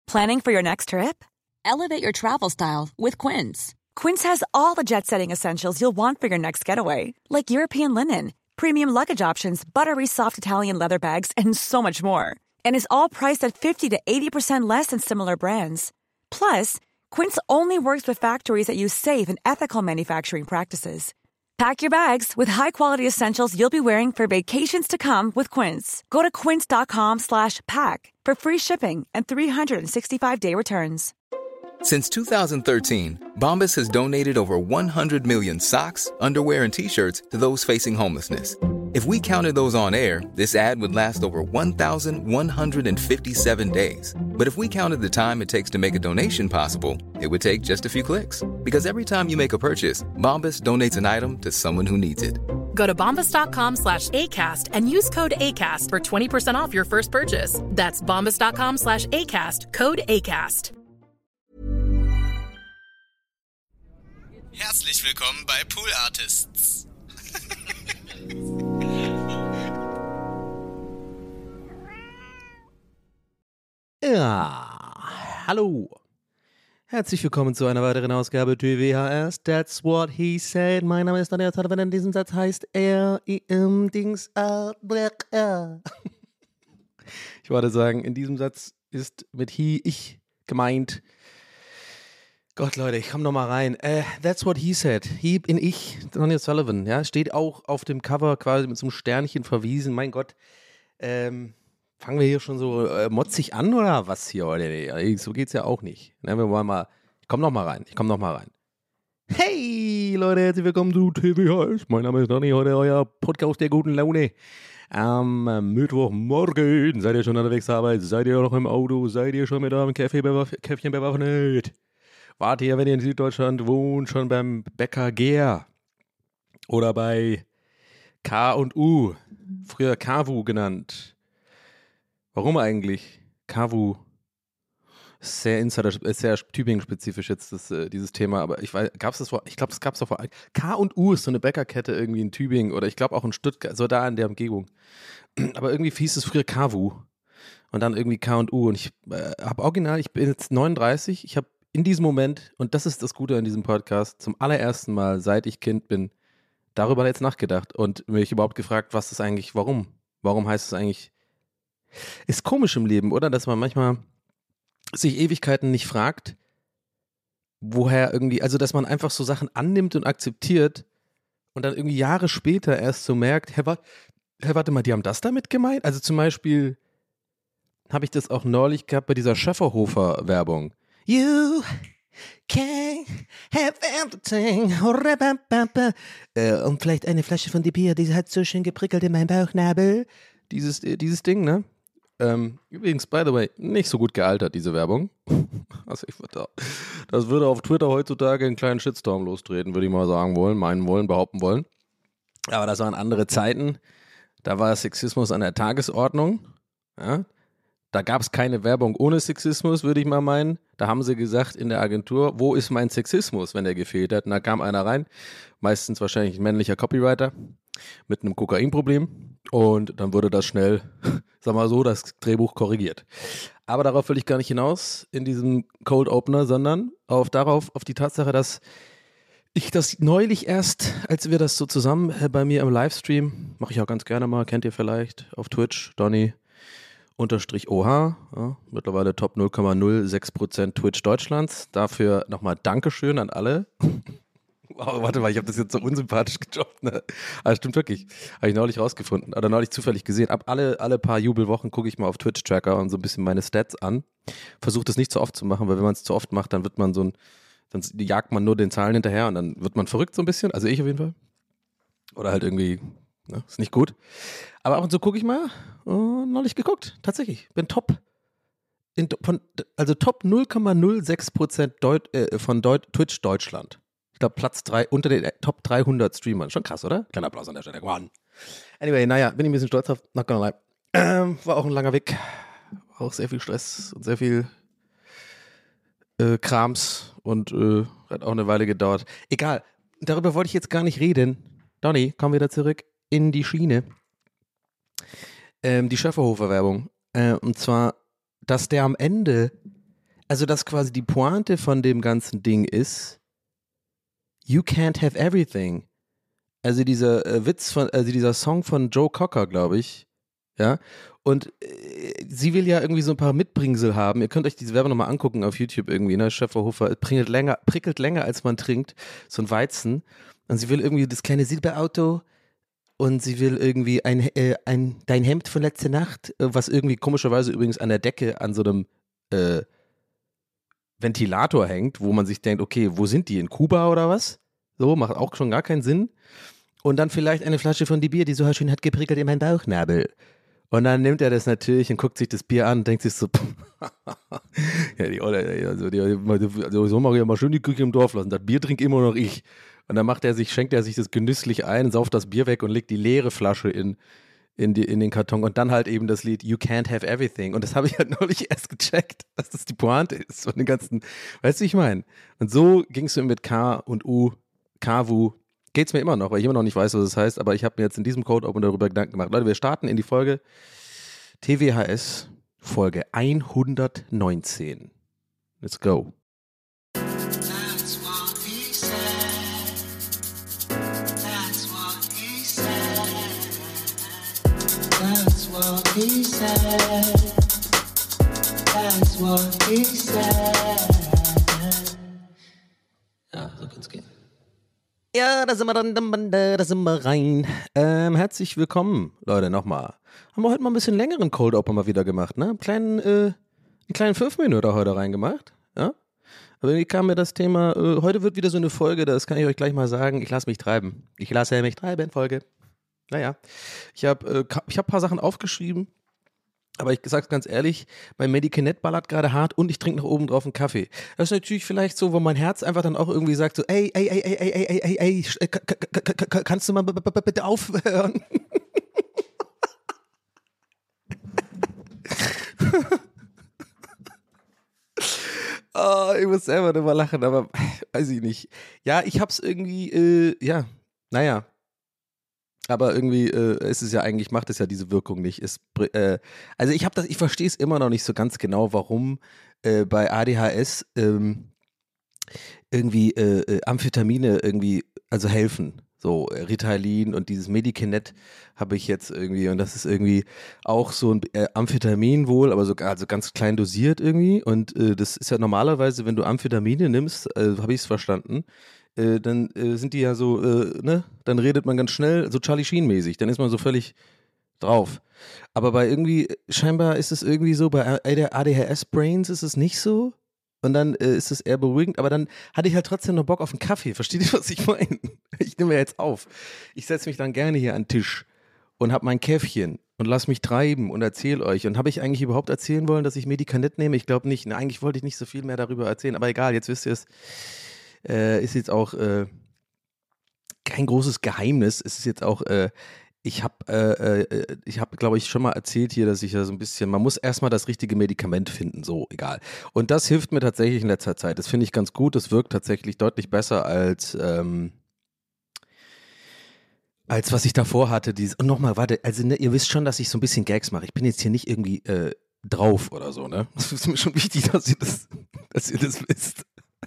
Planning for your next trip? Elevate your travel style with Quince. Quince has all the jet-setting essentials you'll want for your next getaway, like European linen, premium luggage options, buttery soft Italian leather bags, and so much more. And is all priced at 50 to 80% less than similar brands. Plus, Quince only works with factories that use safe and ethical manufacturing practices. Pack your bags with high-quality essentials you'll be wearing for vacations to come with Quince. Go to quince.com/pack for free shipping and 365-day returns. Since 2013, Bombas has donated over 100 million socks, underwear, and T-shirts to those facing homelessness. If we counted those on air, this ad would last over 1,157 days. But if we counted the time it takes to make a donation possible, it would take just a few clicks. Because every time you make a purchase, Bombas donates an item to someone who needs it. Go to bombas.com/ACAST and use code ACAST for 20% off your first purchase. That's bombas.com/ACAST, code ACAST. Herzlich willkommen bei Pool Artists. Ja, hallo. Herzlich willkommen zu einer weiteren Ausgabe TWHS. That's what he said. Mein Name ist Daniel Zander, wenn in diesem Satz heißt Dings Ich wollte sagen, in diesem Satz ist mit he, ich gemeint. Gott, Leute, ich komm noch mal rein. That's what he said. He in ich, Daniel Sullivan, ja, steht auch auf dem Cover quasi mit so einem Sternchen verwiesen. Mein Gott, fangen wir hier schon so motzig an oder was hier heute? So geht's ja auch nicht. Ne, wir wollen mal, ich komm noch mal rein. Hey, Leute, herzlich willkommen zu TWHS. Mein Name ist Donny, heute euer Podcast der guten Laune. Am Mittwochmorgen, seid ihr schon unterwegs zur Arbeit? Seid ihr noch im Auto? Seid ihr schon mit eurem Käffchen bewaffnet? Wart ihr, wenn ihr in Süddeutschland wohnt, schon beim Bäcker Gehr oder bei K&U, früher KAWU genannt? Warum eigentlich? KAWU ist sehr sehr Tübingen-spezifisch jetzt dieses Thema, aber ich weiß, gab's das vor? Ich glaube, es gab's doch vor. K&U ist so eine Bäckerkette irgendwie in Tübingen oder ich glaube auch in Stuttgart, so da in der Umgebung. Aber irgendwie hieß es früher KAWU und dann irgendwie K&U und ich habe original, ich bin jetzt 39, ich habe in diesem Moment, und das ist das Gute an diesem Podcast, zum allerersten Mal, seit ich Kind bin, darüber jetzt nachgedacht und mich überhaupt gefragt, was ist eigentlich, warum? Warum heißt es eigentlich? Ist komisch im Leben, oder? Dass man manchmal sich Ewigkeiten nicht fragt, woher irgendwie, also dass man einfach so Sachen annimmt und akzeptiert und dann irgendwie Jahre später erst so merkt, warte mal, die haben das damit gemeint? Also zum Beispiel habe ich das auch neulich gehabt bei dieser Schäferhofer-Werbung. You can have everything. Und vielleicht eine Flasche von die Bier, die hat so schön geprickelt in meinem Bauchnabel. Dieses Ding, ne? Übrigens, by the way, nicht so gut gealtert, diese Werbung. Also das würde auf Twitter heutzutage einen kleinen Shitstorm lostreten, würde ich mal sagen wollen, behaupten wollen. Aber das waren andere Zeiten. Da war Sexismus an der Tagesordnung. Ja? Da gab es keine Werbung ohne Sexismus, würde ich mal meinen. Da haben sie gesagt in der Agentur, wo ist mein Sexismus, wenn der gefehlt hat? Und da kam einer rein, meistens wahrscheinlich ein männlicher Copywriter mit einem Kokainproblem. Und dann wurde das schnell, sag mal so, das Drehbuch korrigiert. Aber darauf will ich gar nicht hinaus in diesem Cold Opener, sondern auf die Tatsache, dass ich das neulich erst, als wir das so zusammen bei mir im Livestream, mache ich auch ganz gerne mal, kennt ihr vielleicht, auf Twitch, Donny _OH, ja, mittlerweile Top 0,06% Twitch Deutschlands. Dafür nochmal Dankeschön an alle. Wow, warte mal, ich habe das jetzt so unsympathisch gejobbt. Ne? Aber stimmt wirklich. Habe ich neulich rausgefunden oder neulich zufällig gesehen. Ab alle paar Jubelwochen gucke ich mal auf Twitch-Tracker und so ein bisschen meine Stats an. Versuche das nicht zu oft zu machen, weil wenn man es zu oft macht, dann wird man dann jagt man nur den Zahlen hinterher und dann wird man verrückt so ein bisschen. Also ich auf jeden Fall. Oder halt irgendwie, ne, ist nicht gut. Aber ab und zu gucke ich mal. Neulich geguckt, tatsächlich. Bin top. Top 0,06% von Twitch Deutschland. Ich glaube Platz 3 unter den Top 300 Streamern. Schon krass, oder? Kleiner Applaus an der Stelle. One. Anyway, naja, bin ich ein bisschen stolz auf. Not gonna lie. War auch ein langer Weg. War auch sehr viel Stress und sehr viel Krams und hat auch eine Weile gedauert. Egal, darüber wollte ich jetzt gar nicht reden. Donny, kommen wir wieder zurück in die Schiene. Die Schäferhofer-Werbung. Und zwar, dass der am Ende Also, dass quasi die Pointe von dem ganzen Ding ist, you can't have everything. Also dieser dieser Song von Joe Cocker, glaube ich, ja, und sie will ja irgendwie so ein paar Mitbringsel haben. Ihr könnt euch diese Werbung nochmal angucken auf YouTube irgendwie, ne, Schäferhofer, prickelt länger als man trinkt, so ein Weizen, und sie will irgendwie das kleine Silberauto und sie will irgendwie dein Hemd von letzter Nacht, was irgendwie komischerweise übrigens an der Decke an so einem Ventilator hängt, wo man sich denkt, okay, wo sind die, in Kuba oder was? So, macht auch schon gar keinen Sinn. Und dann vielleicht eine Flasche von die Bier, die so schön hat geprickelt in meinen Bauchnabel. Und dann nimmt er das natürlich und guckt sich das Bier an und denkt sich so, ja, so mache ich ja mal schön die Küche im Dorf lassen. Das Bier trinkt immer noch ich. Und dann schenkt er sich das genüsslich ein, sauft das Bier weg und legt die leere Flasche in den Karton und dann halt eben das Lied You Can't Have Everything. Und das habe ich halt neulich erst gecheckt, dass das die Pointe ist von den ganzen, weißt du, wie ich meine? Und so ging es mir mit K und U, Kavu, geht's mir immer noch, weil ich immer noch nicht weiß, was es heißt, aber ich habe mir jetzt in diesem Code Open darüber Gedanken gemacht. Leute, wir starten in die Folge TWHS, Folge 119. Let's go. That's what he said. That's what he said. That's what he said. That's what he said. Ja, so kann's gehen. Ja, da sind wir rein. Herzlich willkommen, Leute, nochmal. Haben wir heute mal ein bisschen längeren Cold Open mal wieder gemacht, ne? Einen kleinen 5-Minüter heute reingemacht, ja? Aber irgendwie kam mir das Thema, heute wird wieder so eine Folge, das kann ich euch gleich mal sagen, ich lasse mich treiben. Ich lasse mich treiben, Folge. Naja, ich hab ein paar Sachen aufgeschrieben, aber ich sag's ganz ehrlich, mein Medicanet ballert gerade hart und ich trinke noch oben drauf einen Kaffee. Das ist natürlich vielleicht so, wo mein Herz einfach dann auch irgendwie sagt so, ey, kannst du mal bitte aufhören? Oh, ich muss selber drüber lachen, aber weiß ich nicht. Ja, ich hab's irgendwie, naja. Aber irgendwie ist es ja eigentlich, macht es ja diese Wirkung nicht. Also ich verstehe es immer noch nicht so ganz genau, warum bei ADHS irgendwie Amphetamine irgendwie, also helfen. So Ritalin und dieses Medicanet habe ich jetzt irgendwie und das ist irgendwie auch so ein Amphetamin wohl, aber also ganz klein dosiert irgendwie und das ist ja normalerweise, wenn du Amphetamine nimmst, habe ich es verstanden, dann sind die ja so, ne, dann redet man ganz schnell, so Charlie Sheen-mäßig, dann ist man so völlig drauf. Aber bei irgendwie, scheinbar ist es irgendwie so, bei ADHS-Brains ist es nicht so und dann ist es eher beruhigend, aber dann hatte ich halt trotzdem noch Bock auf einen Kaffee, versteht ihr, was ich meine? Ich nehme ja jetzt auf. Ich setze mich dann gerne hier an den Tisch und habe mein Käffchen und lass mich treiben und erzähle euch. Und habe ich eigentlich überhaupt erzählen wollen, dass ich Medikament nehme? Ich glaube nicht. Eigentlich wollte ich nicht so viel mehr darüber erzählen, aber egal, jetzt wisst ihr es. Ist jetzt auch kein großes Geheimnis. Es ist jetzt auch, ich habe, glaube ich, schon mal erzählt hier, dass ich ja so ein bisschen, man muss erstmal das richtige Medikament finden, so, egal. Und das hilft mir tatsächlich in letzter Zeit. Das finde ich ganz gut. Das wirkt tatsächlich deutlich besser als was ich davor hatte. Und nochmal, warte, also ne, ihr wisst schon, dass ich so ein bisschen Gags mache. Ich bin jetzt hier nicht irgendwie drauf oder so, ne? Das ist mir schon wichtig, dass ihr das wisst.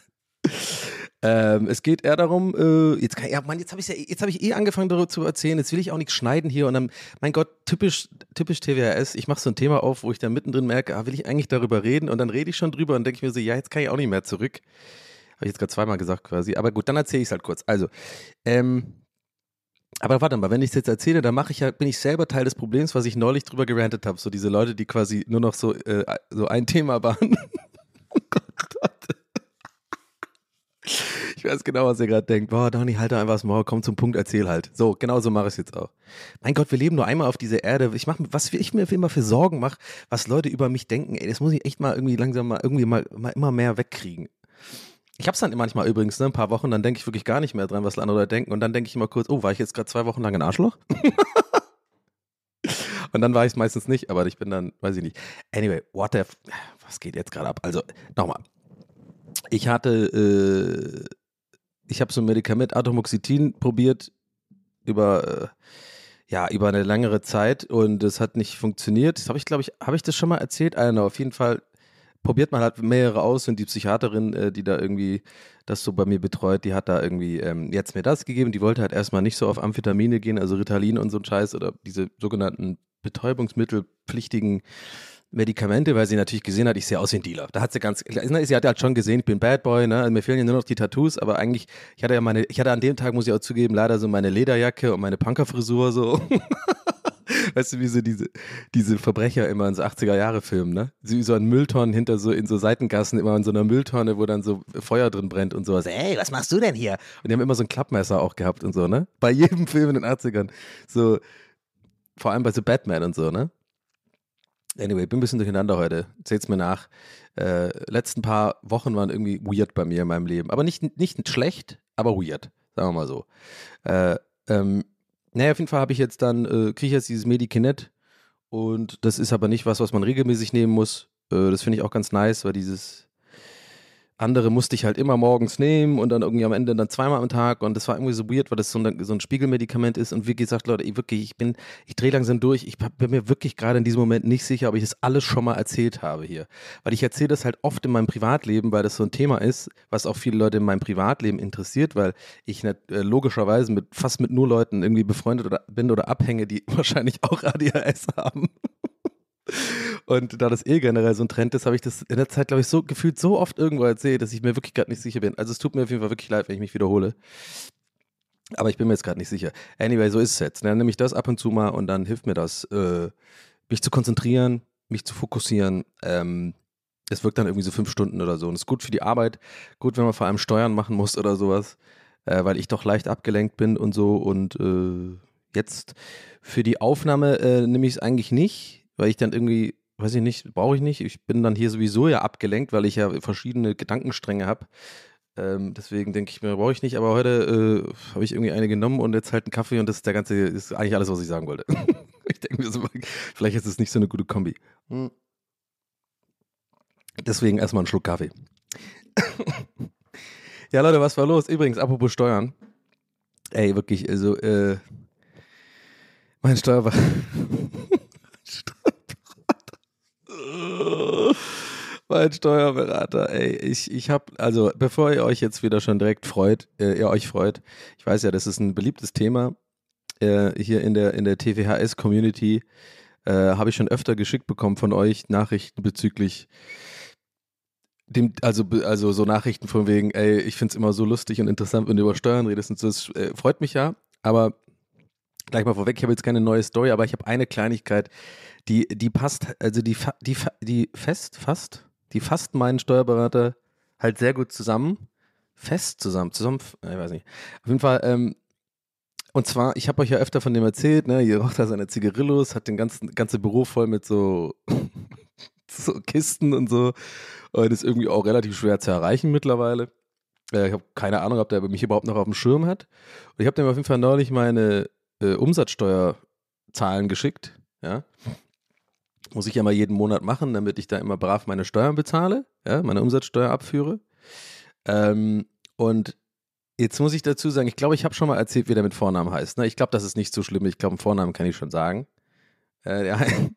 Es geht eher darum, jetzt habe ich angefangen darüber zu erzählen, jetzt will ich auch nichts schneiden hier und dann, mein Gott, typisch TWHS, ich mache so ein Thema auf, wo ich dann mittendrin merke, will ich eigentlich darüber reden und dann rede ich schon drüber und denke ich mir so, ja, jetzt kann ich auch nicht mehr zurück. Habe ich jetzt gerade zweimal gesagt quasi, aber gut, dann erzähle ich es halt kurz. Also, aber warte mal, wenn ich es jetzt erzähle, dann bin ich selber Teil des Problems, was ich neulich drüber gerantet habe, so diese Leute, die quasi nur noch so ein Thema waren. Oh Gott. Ich weiß genau, was ihr gerade denkt. Boah, Donny, halt doch einfach das Maul, komm zum Punkt, erzähl halt. So, genau so mache ich es jetzt auch. Mein Gott, wir leben nur einmal auf dieser Erde. Was ich mir immer für Sorgen mache, was Leute über mich denken, ey, das muss ich echt mal irgendwie langsam mal immer mehr wegkriegen. Ich hab's dann manchmal übrigens, ne, ein paar Wochen, dann denke ich wirklich gar nicht mehr dran, was andere denken und dann denke ich immer kurz, oh, war ich jetzt gerade 2 Wochen lang ein Arschloch? Und dann war ich es meistens nicht, aber ich bin dann, weiß ich nicht. Anyway, was geht jetzt gerade ab? Also, nochmal. Ich habe so ein Medikament Atomoxetin probiert über eine längere Zeit und es hat nicht funktioniert. Das habe ich das schon mal erzählt? Auf jeden Fall probiert man halt mehrere aus und die Psychiaterin, die da irgendwie das so bei mir betreut, die hat da irgendwie jetzt mir das gegeben. Die wollte halt erstmal nicht so auf Amphetamine gehen, also Ritalin und so ein Scheiß oder diese sogenannten betäubungsmittelpflichtigen Medikamente, weil sie natürlich gesehen hat, ich sehe aus wie ein Dealer. Da hat sie sie hat halt schon gesehen, ich bin Bad Boy, ne? Also mir fehlen ja nur noch die Tattoos, aber eigentlich, ich hatte an dem Tag, muss ich auch zugeben, leider so meine Lederjacke und meine Punkerfrisur so. Weißt du, wie so diese Verbrecher immer in so 80er-Jahre-Filmen, ne? So an Mülltonnen in so Seitengassen, immer in so einer Mülltonne, wo dann so Feuer drin brennt und sowas. Ey, was machst du denn hier? Und die haben immer so ein Klappmesser auch gehabt und so, ne? Bei jedem Film in den 80ern. So, vor allem bei so Batman und so, ne? Anyway, bin ein bisschen durcheinander heute. Seht's mir nach. Letzten paar Wochen waren irgendwie weird bei mir in meinem Leben. Aber nicht schlecht, aber weird. Sagen wir mal so. Naja, auf jeden Fall habe ich jetzt dann, kriege ich jetzt dieses Medikinet und das ist aber nicht was man regelmäßig nehmen muss. Das finde ich auch ganz nice, weil dieses andere musste ich halt immer morgens nehmen und dann irgendwie am Ende dann zweimal am Tag und das war irgendwie so weird, weil das so ein Spiegelmedikament ist und wie gesagt, Leute, ich drehe langsam durch, ich bin mir wirklich gerade in diesem Moment nicht sicher, ob ich das alles schon mal erzählt habe hier, weil ich erzähle das halt oft in meinem Privatleben, weil das so ein Thema ist, was auch viele Leute in meinem Privatleben interessiert, weil ich logischerweise fast mit nur Leuten irgendwie befreundet bin oder abhänge, die wahrscheinlich auch ADHS haben. Und da das generell so ein Trend ist, habe ich das in der Zeit, glaube ich, so gefühlt so oft irgendwo erzählt, dass ich mir wirklich gerade nicht sicher bin. Also es tut mir auf jeden Fall wirklich leid, wenn ich mich wiederhole. Aber ich bin mir jetzt gerade nicht sicher. Anyway, so ist es jetzt. Dann nehme ich das ab und zu mal und dann hilft mir das, mich zu konzentrieren, mich zu fokussieren. Es wirkt dann irgendwie so 5 Stunden oder so. Und es ist gut für die Arbeit, gut, wenn man vor allem Steuern machen muss oder sowas, weil ich doch leicht abgelenkt bin und so. Und jetzt für die Aufnahme nehme ich es eigentlich nicht. Weil ich dann irgendwie, weiß ich nicht, brauche ich nicht. Ich bin dann hier sowieso ja abgelenkt, weil ich ja verschiedene Gedankenstränge habe. Deswegen denke ich mir, brauche ich nicht. Aber heute habe ich irgendwie eine genommen und jetzt halt einen Kaffee und das ist ist eigentlich alles, was ich sagen wollte. Ich denke mir so, vielleicht ist es nicht so eine gute Kombi. Deswegen erstmal einen Schluck Kaffee. Ja, Leute, was war los? Übrigens, apropos Steuern. Ey, wirklich, also, mein Steuerberater. Mein Steuerberater, ey, ich habe, also bevor ihr euch jetzt wieder schon direkt ihr euch freut, ich weiß ja, das ist ein beliebtes Thema hier in der TVHS-Community, habe ich schon öfter geschickt bekommen von euch Nachrichten bezüglich also so Nachrichten von wegen, ey, ich find's immer so lustig und interessant, wenn du über Steuern redest und so, das freut mich ja, aber gleich mal vorweg, ich habe jetzt keine neue Story, aber ich habe eine Kleinigkeit, die passt, also die fasst meinen Steuerberater halt sehr gut zusammen. Ich weiß nicht. Auf jeden Fall, und zwar, ich habe euch ja öfter von dem erzählt, ne, hier raucht er seine Zigarillos, hat ganze Büro voll mit so Kisten und so und ist irgendwie auch relativ schwer zu erreichen mittlerweile. Ich habe keine Ahnung, ob der mich überhaupt noch auf dem Schirm hat. Und ich habe dem auf jeden Fall neulich meine Umsatzsteuerzahlen geschickt, ja. Muss ich ja mal jeden Monat machen, damit ich da immer brav meine Steuern bezahle, ja, meine Umsatzsteuer abführe. Und jetzt muss ich dazu sagen, ich glaube, ich habe schon mal erzählt, wie der mit Vornamen heißt. Ne? Ich glaube, das ist nicht so schlimm. Ich glaube, einen Vornamen kann ich schon sagen. Der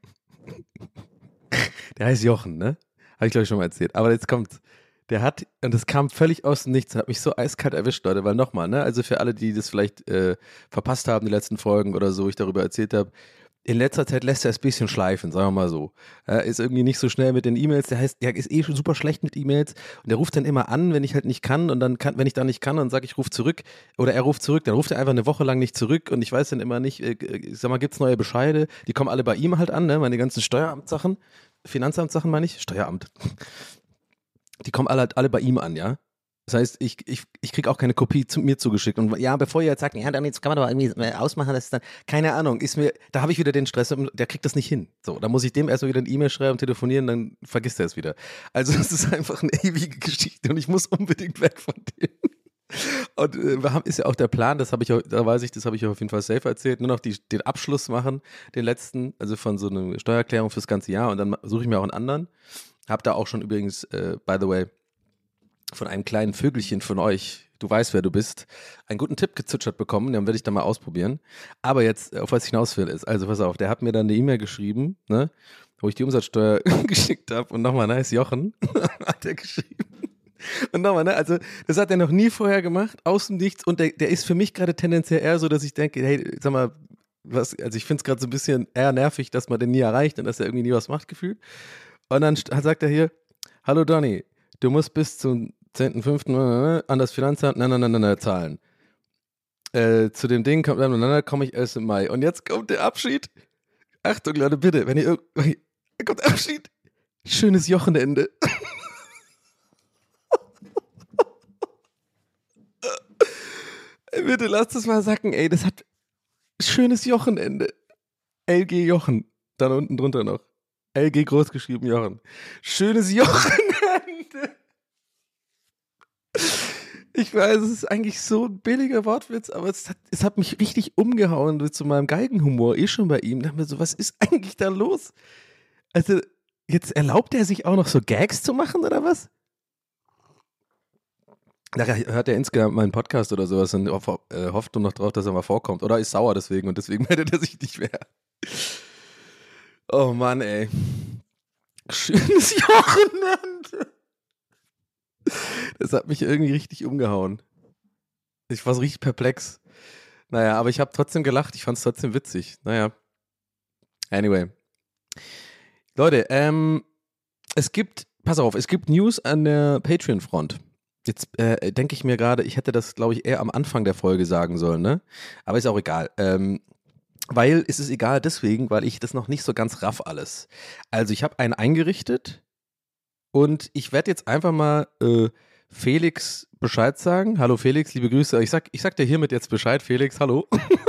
heißt Jochen, ne? Habe ich, glaube ich, schon mal erzählt. Aber jetzt kommt's. Und das kam völlig aus dem Nichts, hat mich so eiskalt erwischt, Leute, weil nochmal, ne, also für alle, die das vielleicht verpasst haben, die letzten Folgen oder so, ich darüber erzählt habe, in letzter Zeit lässt er es ein bisschen schleifen, sagen wir mal so. Ist irgendwie nicht so schnell mit den E-Mails, der ist eh schon super schlecht mit E-Mails und der ruft dann immer an, wenn ich halt nicht kann und dann wenn ich da nicht kann, dann sage ich, ruf zurück oder er ruft zurück, dann ruft er einfach eine Woche lang nicht zurück und ich weiß dann immer nicht, ich sag mal, gibt's neue Bescheide, die kommen alle bei ihm halt an, ne, meine ganzen Steueramtssachen, Finanzamtssachen meine ich, Steueramt, die kommen alle bei ihm an, ja. Das heißt, ich kriege auch keine Kopie mir zugeschickt. Und ja, bevor ihr jetzt sagt, ja, damit kann man doch irgendwie ausmachen, das ist dann, keine Ahnung, da habe ich wieder den Stress, der kriegt das nicht hin. So, da muss ich dem erstmal wieder eine E-Mail schreiben, telefonieren, dann vergisst er es wieder. Also es ist einfach eine ewige Geschichte und ich muss unbedingt weg von dem. Und ist ja auch der Plan, das habe ich auf jeden Fall safe erzählt, nur noch den Abschluss machen, den letzten, also von so einer Steuererklärung fürs ganze Jahr und dann suche ich mir auch einen anderen. Hab da auch schon übrigens, by the way, von einem kleinen Vögelchen von euch, du weißt, wer du bist, einen guten Tipp gezwitschert bekommen, den werde ich dann mal ausprobieren. Aber jetzt, auf was ich hinaus will, ist, also pass auf, der hat mir dann eine E-Mail geschrieben, ne, wo ich die Umsatzsteuer geschickt habe und nochmal, ne, ist Jochen, hat er geschrieben. Und nochmal, ne, also das hat er noch nie vorher gemacht, aus dem Nichts, und der ist für mich gerade tendenziell eher so, dass ich denke, hey, sag mal, also ich finde es gerade so ein bisschen eher nervig, dass man den nie erreicht und dass er irgendwie nie was macht, gefühlt. Und dann sagt er hier, hallo Donny, du musst bis zum 10.05. an das Finanzamt zahlen. Zu dem Ding komme ich erst im Mai. Und jetzt kommt der Abschied. Achtung, Leute, bitte, wenn ihr kommt der Abschied. Schönes Wochenende. Bitte lasst es mal sacken, ey, das hat schönes Wochenende. LG Jochen, dann unten drunter noch. LG großgeschrieben Jochen. Schönes Wochenende. Ich weiß, es ist eigentlich so ein billiger Wortwitz, aber es hat mich richtig umgehauen zu meinem Geigenhumor, schon bei ihm. Da dachte mir so, was ist eigentlich da los? Also, jetzt erlaubt er sich auch noch so Gags zu machen, oder was? Da hört er insgesamt meinen Podcast oder sowas und hofft nur noch drauf, dass er mal vorkommt. Oder ist sauer deswegen und deswegen meldet er sich nicht mehr. Oh Mann, ey. Schönes Wochenende. Das hat mich irgendwie richtig umgehauen. Ich war so richtig perplex. Naja, aber ich habe trotzdem gelacht. Ich fand es trotzdem witzig. Naja. Anyway. Leute, es gibt News an der Patreon-Front. Jetzt denke ich mir gerade, ich hätte das, glaube ich, eher am Anfang der Folge sagen sollen, ne? Aber ist auch egal. Weil es ist egal deswegen, weil ich das noch nicht so ganz raff alles. Also ich habe einen eingerichtet und ich werde jetzt einfach mal Felix Bescheid sagen. Hallo Felix, liebe Grüße. Ich sag dir hiermit jetzt Bescheid, Felix, hallo.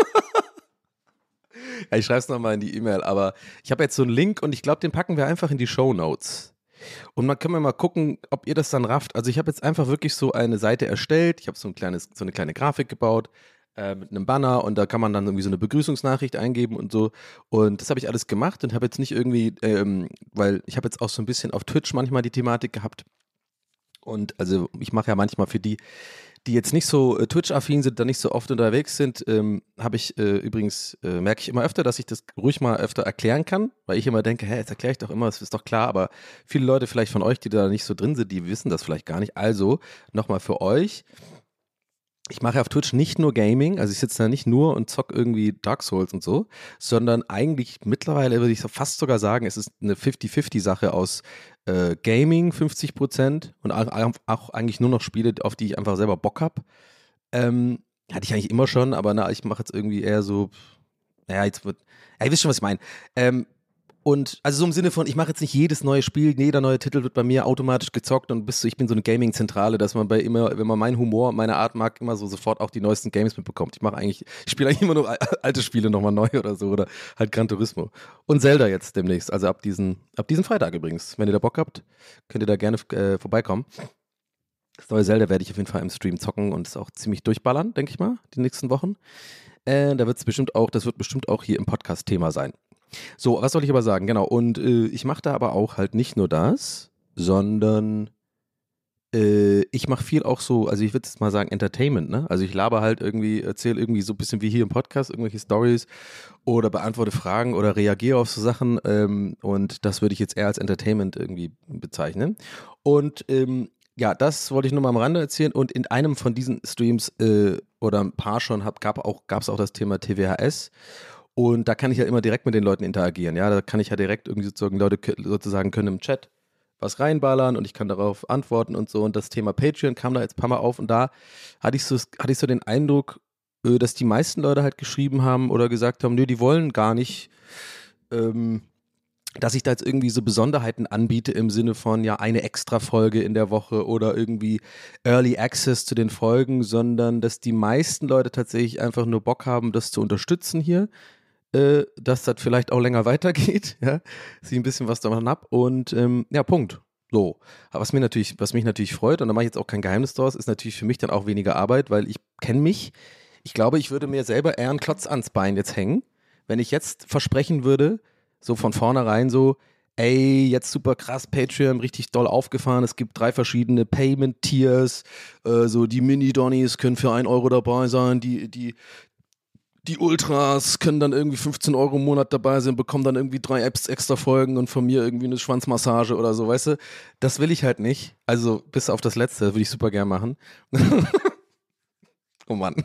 Ja, ich schreibe es nochmal in die E-Mail, aber ich habe jetzt so einen Link und ich glaube, den packen wir einfach in die Shownotes. Und dann können wir mal gucken, ob ihr das dann rafft. Also ich habe jetzt einfach wirklich so eine Seite erstellt. Ich habe so eine kleine Grafik gebaut mit einem Banner und da kann man dann irgendwie so eine Begrüßungsnachricht eingeben und so. Und das habe ich alles gemacht und habe jetzt nicht irgendwie, weil ich habe jetzt auch so ein bisschen auf Twitch manchmal die Thematik gehabt. Und also ich mache ja manchmal für die jetzt nicht so Twitch-affin sind, da nicht so oft unterwegs sind, habe ich übrigens, merke ich immer öfter, dass ich das ruhig mal öfter erklären kann, weil ich immer denke, jetzt erkläre ich doch immer, das ist doch klar, aber viele Leute vielleicht von euch, die da nicht so drin sind, die wissen das vielleicht gar nicht. Also, nochmal für euch, ich mache auf Twitch nicht nur Gaming, also ich sitze da nicht nur und zock irgendwie Dark Souls und so, sondern eigentlich mittlerweile würde ich fast sogar sagen, es ist eine 50-50-Sache aus Gaming 50% und auch eigentlich nur noch Spiele, auf die ich einfach selber Bock habe. Hatte ich eigentlich immer schon, aber ich mache jetzt irgendwie eher so, ihr wisst schon, was ich meine. Und also so im Sinne von, ich mache jetzt nicht jedes neue Spiel, jeder neue Titel wird bei mir automatisch gezockt und ich bin so eine Gaming-Zentrale, dass man wenn man meinen Humor, meine Art mag, immer so sofort auch die neuesten Games mitbekommt. Ich spiele eigentlich immer nur alte Spiele nochmal neu oder so oder halt Gran Turismo. Und Zelda jetzt demnächst, also ab diesen Freitag übrigens. Wenn ihr da Bock habt, könnt ihr da gerne vorbeikommen. Das neue Zelda werde ich auf jeden Fall im Stream zocken und es auch ziemlich durchballern, denke ich mal, die nächsten Wochen. Das wird bestimmt auch hier im Podcast Thema sein. So, was soll ich aber sagen? Genau, und ich mache da aber auch halt nicht nur das, sondern ich mache viel auch so, also ich würde jetzt mal sagen Entertainment, ne? Also ich laber halt irgendwie, erzähle irgendwie so ein bisschen wie hier im Podcast irgendwelche Stories oder beantworte Fragen oder reagiere auf so Sachen und das würde ich jetzt eher als Entertainment irgendwie bezeichnen. Und ja, das wollte ich nur mal am Rande erzählen und in einem von diesen Streams oder ein paar schon gab es auch das Thema TWHS. Und da kann ich ja immer direkt mit den Leuten interagieren. Ja, da kann ich ja direkt irgendwie Leute sozusagen können im Chat was reinballern und ich kann darauf antworten und so. Und das Thema Patreon kam da jetzt ein paar Mal auf und da hatte ich so den Eindruck, dass die meisten Leute halt geschrieben haben oder gesagt haben, nö, die wollen gar nicht, dass ich da jetzt irgendwie so Besonderheiten anbiete im Sinne von ja eine Extra-Folge in der Woche oder irgendwie Early Access zu den Folgen, sondern dass die meisten Leute tatsächlich einfach nur Bock haben, das zu unterstützen hier. Dass das vielleicht auch länger weitergeht, ja, sie ein bisschen was davon ab und ja, Punkt. So, aber was mich natürlich freut, und da mache ich jetzt auch kein Geheimnis draus, ist natürlich für mich dann auch weniger Arbeit, weil ich kenne mich, ich glaube, ich würde mir selber eher einen Klotz ans Bein jetzt hängen, wenn ich jetzt versprechen würde, so von vornherein so, ey, jetzt super krass, Patreon richtig doll aufgefahren, es gibt 3 verschiedene Payment-Tiers, so die Mini-Donnies können für 1 Euro dabei sein, die Ultras können dann irgendwie 15 Euro im Monat dabei sein, bekommen dann irgendwie 3 Apps extra Folgen und von mir irgendwie eine Schwanzmassage oder so, weißt du? Das will ich halt nicht. Also bis auf das Letzte würde ich super gern machen. Oh Mann.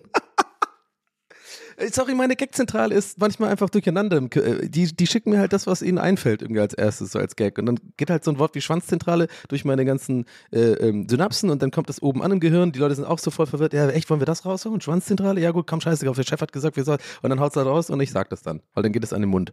Sorry, meine Gagzentrale ist manchmal einfach durcheinander. Die schicken mir halt das, was ihnen einfällt, irgendwie als erstes, so als Gag. Und dann geht halt so ein Wort wie Schwanzzentrale durch meine ganzen Synapsen und dann kommt das oben an im Gehirn. Die Leute sind auch so voll verwirrt. Ja, echt, wollen wir das raushauen? Schwanzzentrale? Ja gut, komm, scheiße drauf. Der Chef hat gesagt, wir sollen. Und dann haut's da raus und ich sag das dann. Weil dann geht es an den Mund.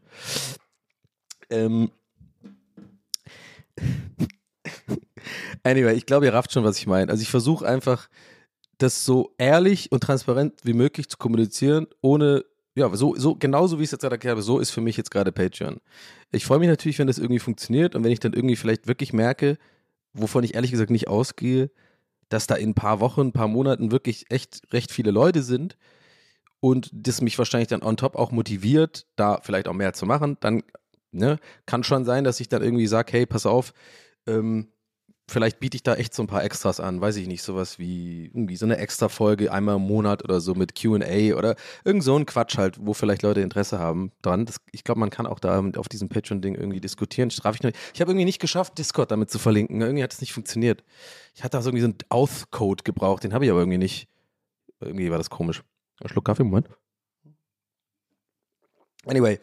Anyway, ich glaube, ihr rafft schon, was ich meine. Also ich versuche einfach, das so ehrlich und transparent wie möglich zu kommunizieren, ohne, ja, so genauso wie ich es jetzt gerade erkläre, so ist für mich jetzt gerade Patreon. Ich freue mich natürlich, wenn das irgendwie funktioniert und wenn ich dann irgendwie vielleicht wirklich merke, wovon ich ehrlich gesagt nicht ausgehe, dass da in ein paar Wochen, ein paar Monaten wirklich echt recht viele Leute sind und das mich wahrscheinlich dann on top auch motiviert, da vielleicht auch mehr zu machen, dann kann schon sein, dass ich dann irgendwie sage, hey, pass auf, vielleicht biete ich da echt so ein paar Extras an, weiß ich nicht, sowas wie irgendwie so eine Extra-Folge einmal im Monat oder so mit Q&A oder irgend so ein Quatsch halt, wo vielleicht Leute Interesse haben dran. Ich glaube, man kann auch da auf diesem Patreon-Ding irgendwie diskutieren. Ich habe irgendwie nicht geschafft, Discord damit zu verlinken. Irgendwie hat es nicht funktioniert. Ich hatte da so irgendwie so einen Auth-Code gebraucht, den habe ich aber irgendwie nicht. Irgendwie war das komisch. Ein Schluck Kaffee, Moment. Anyway,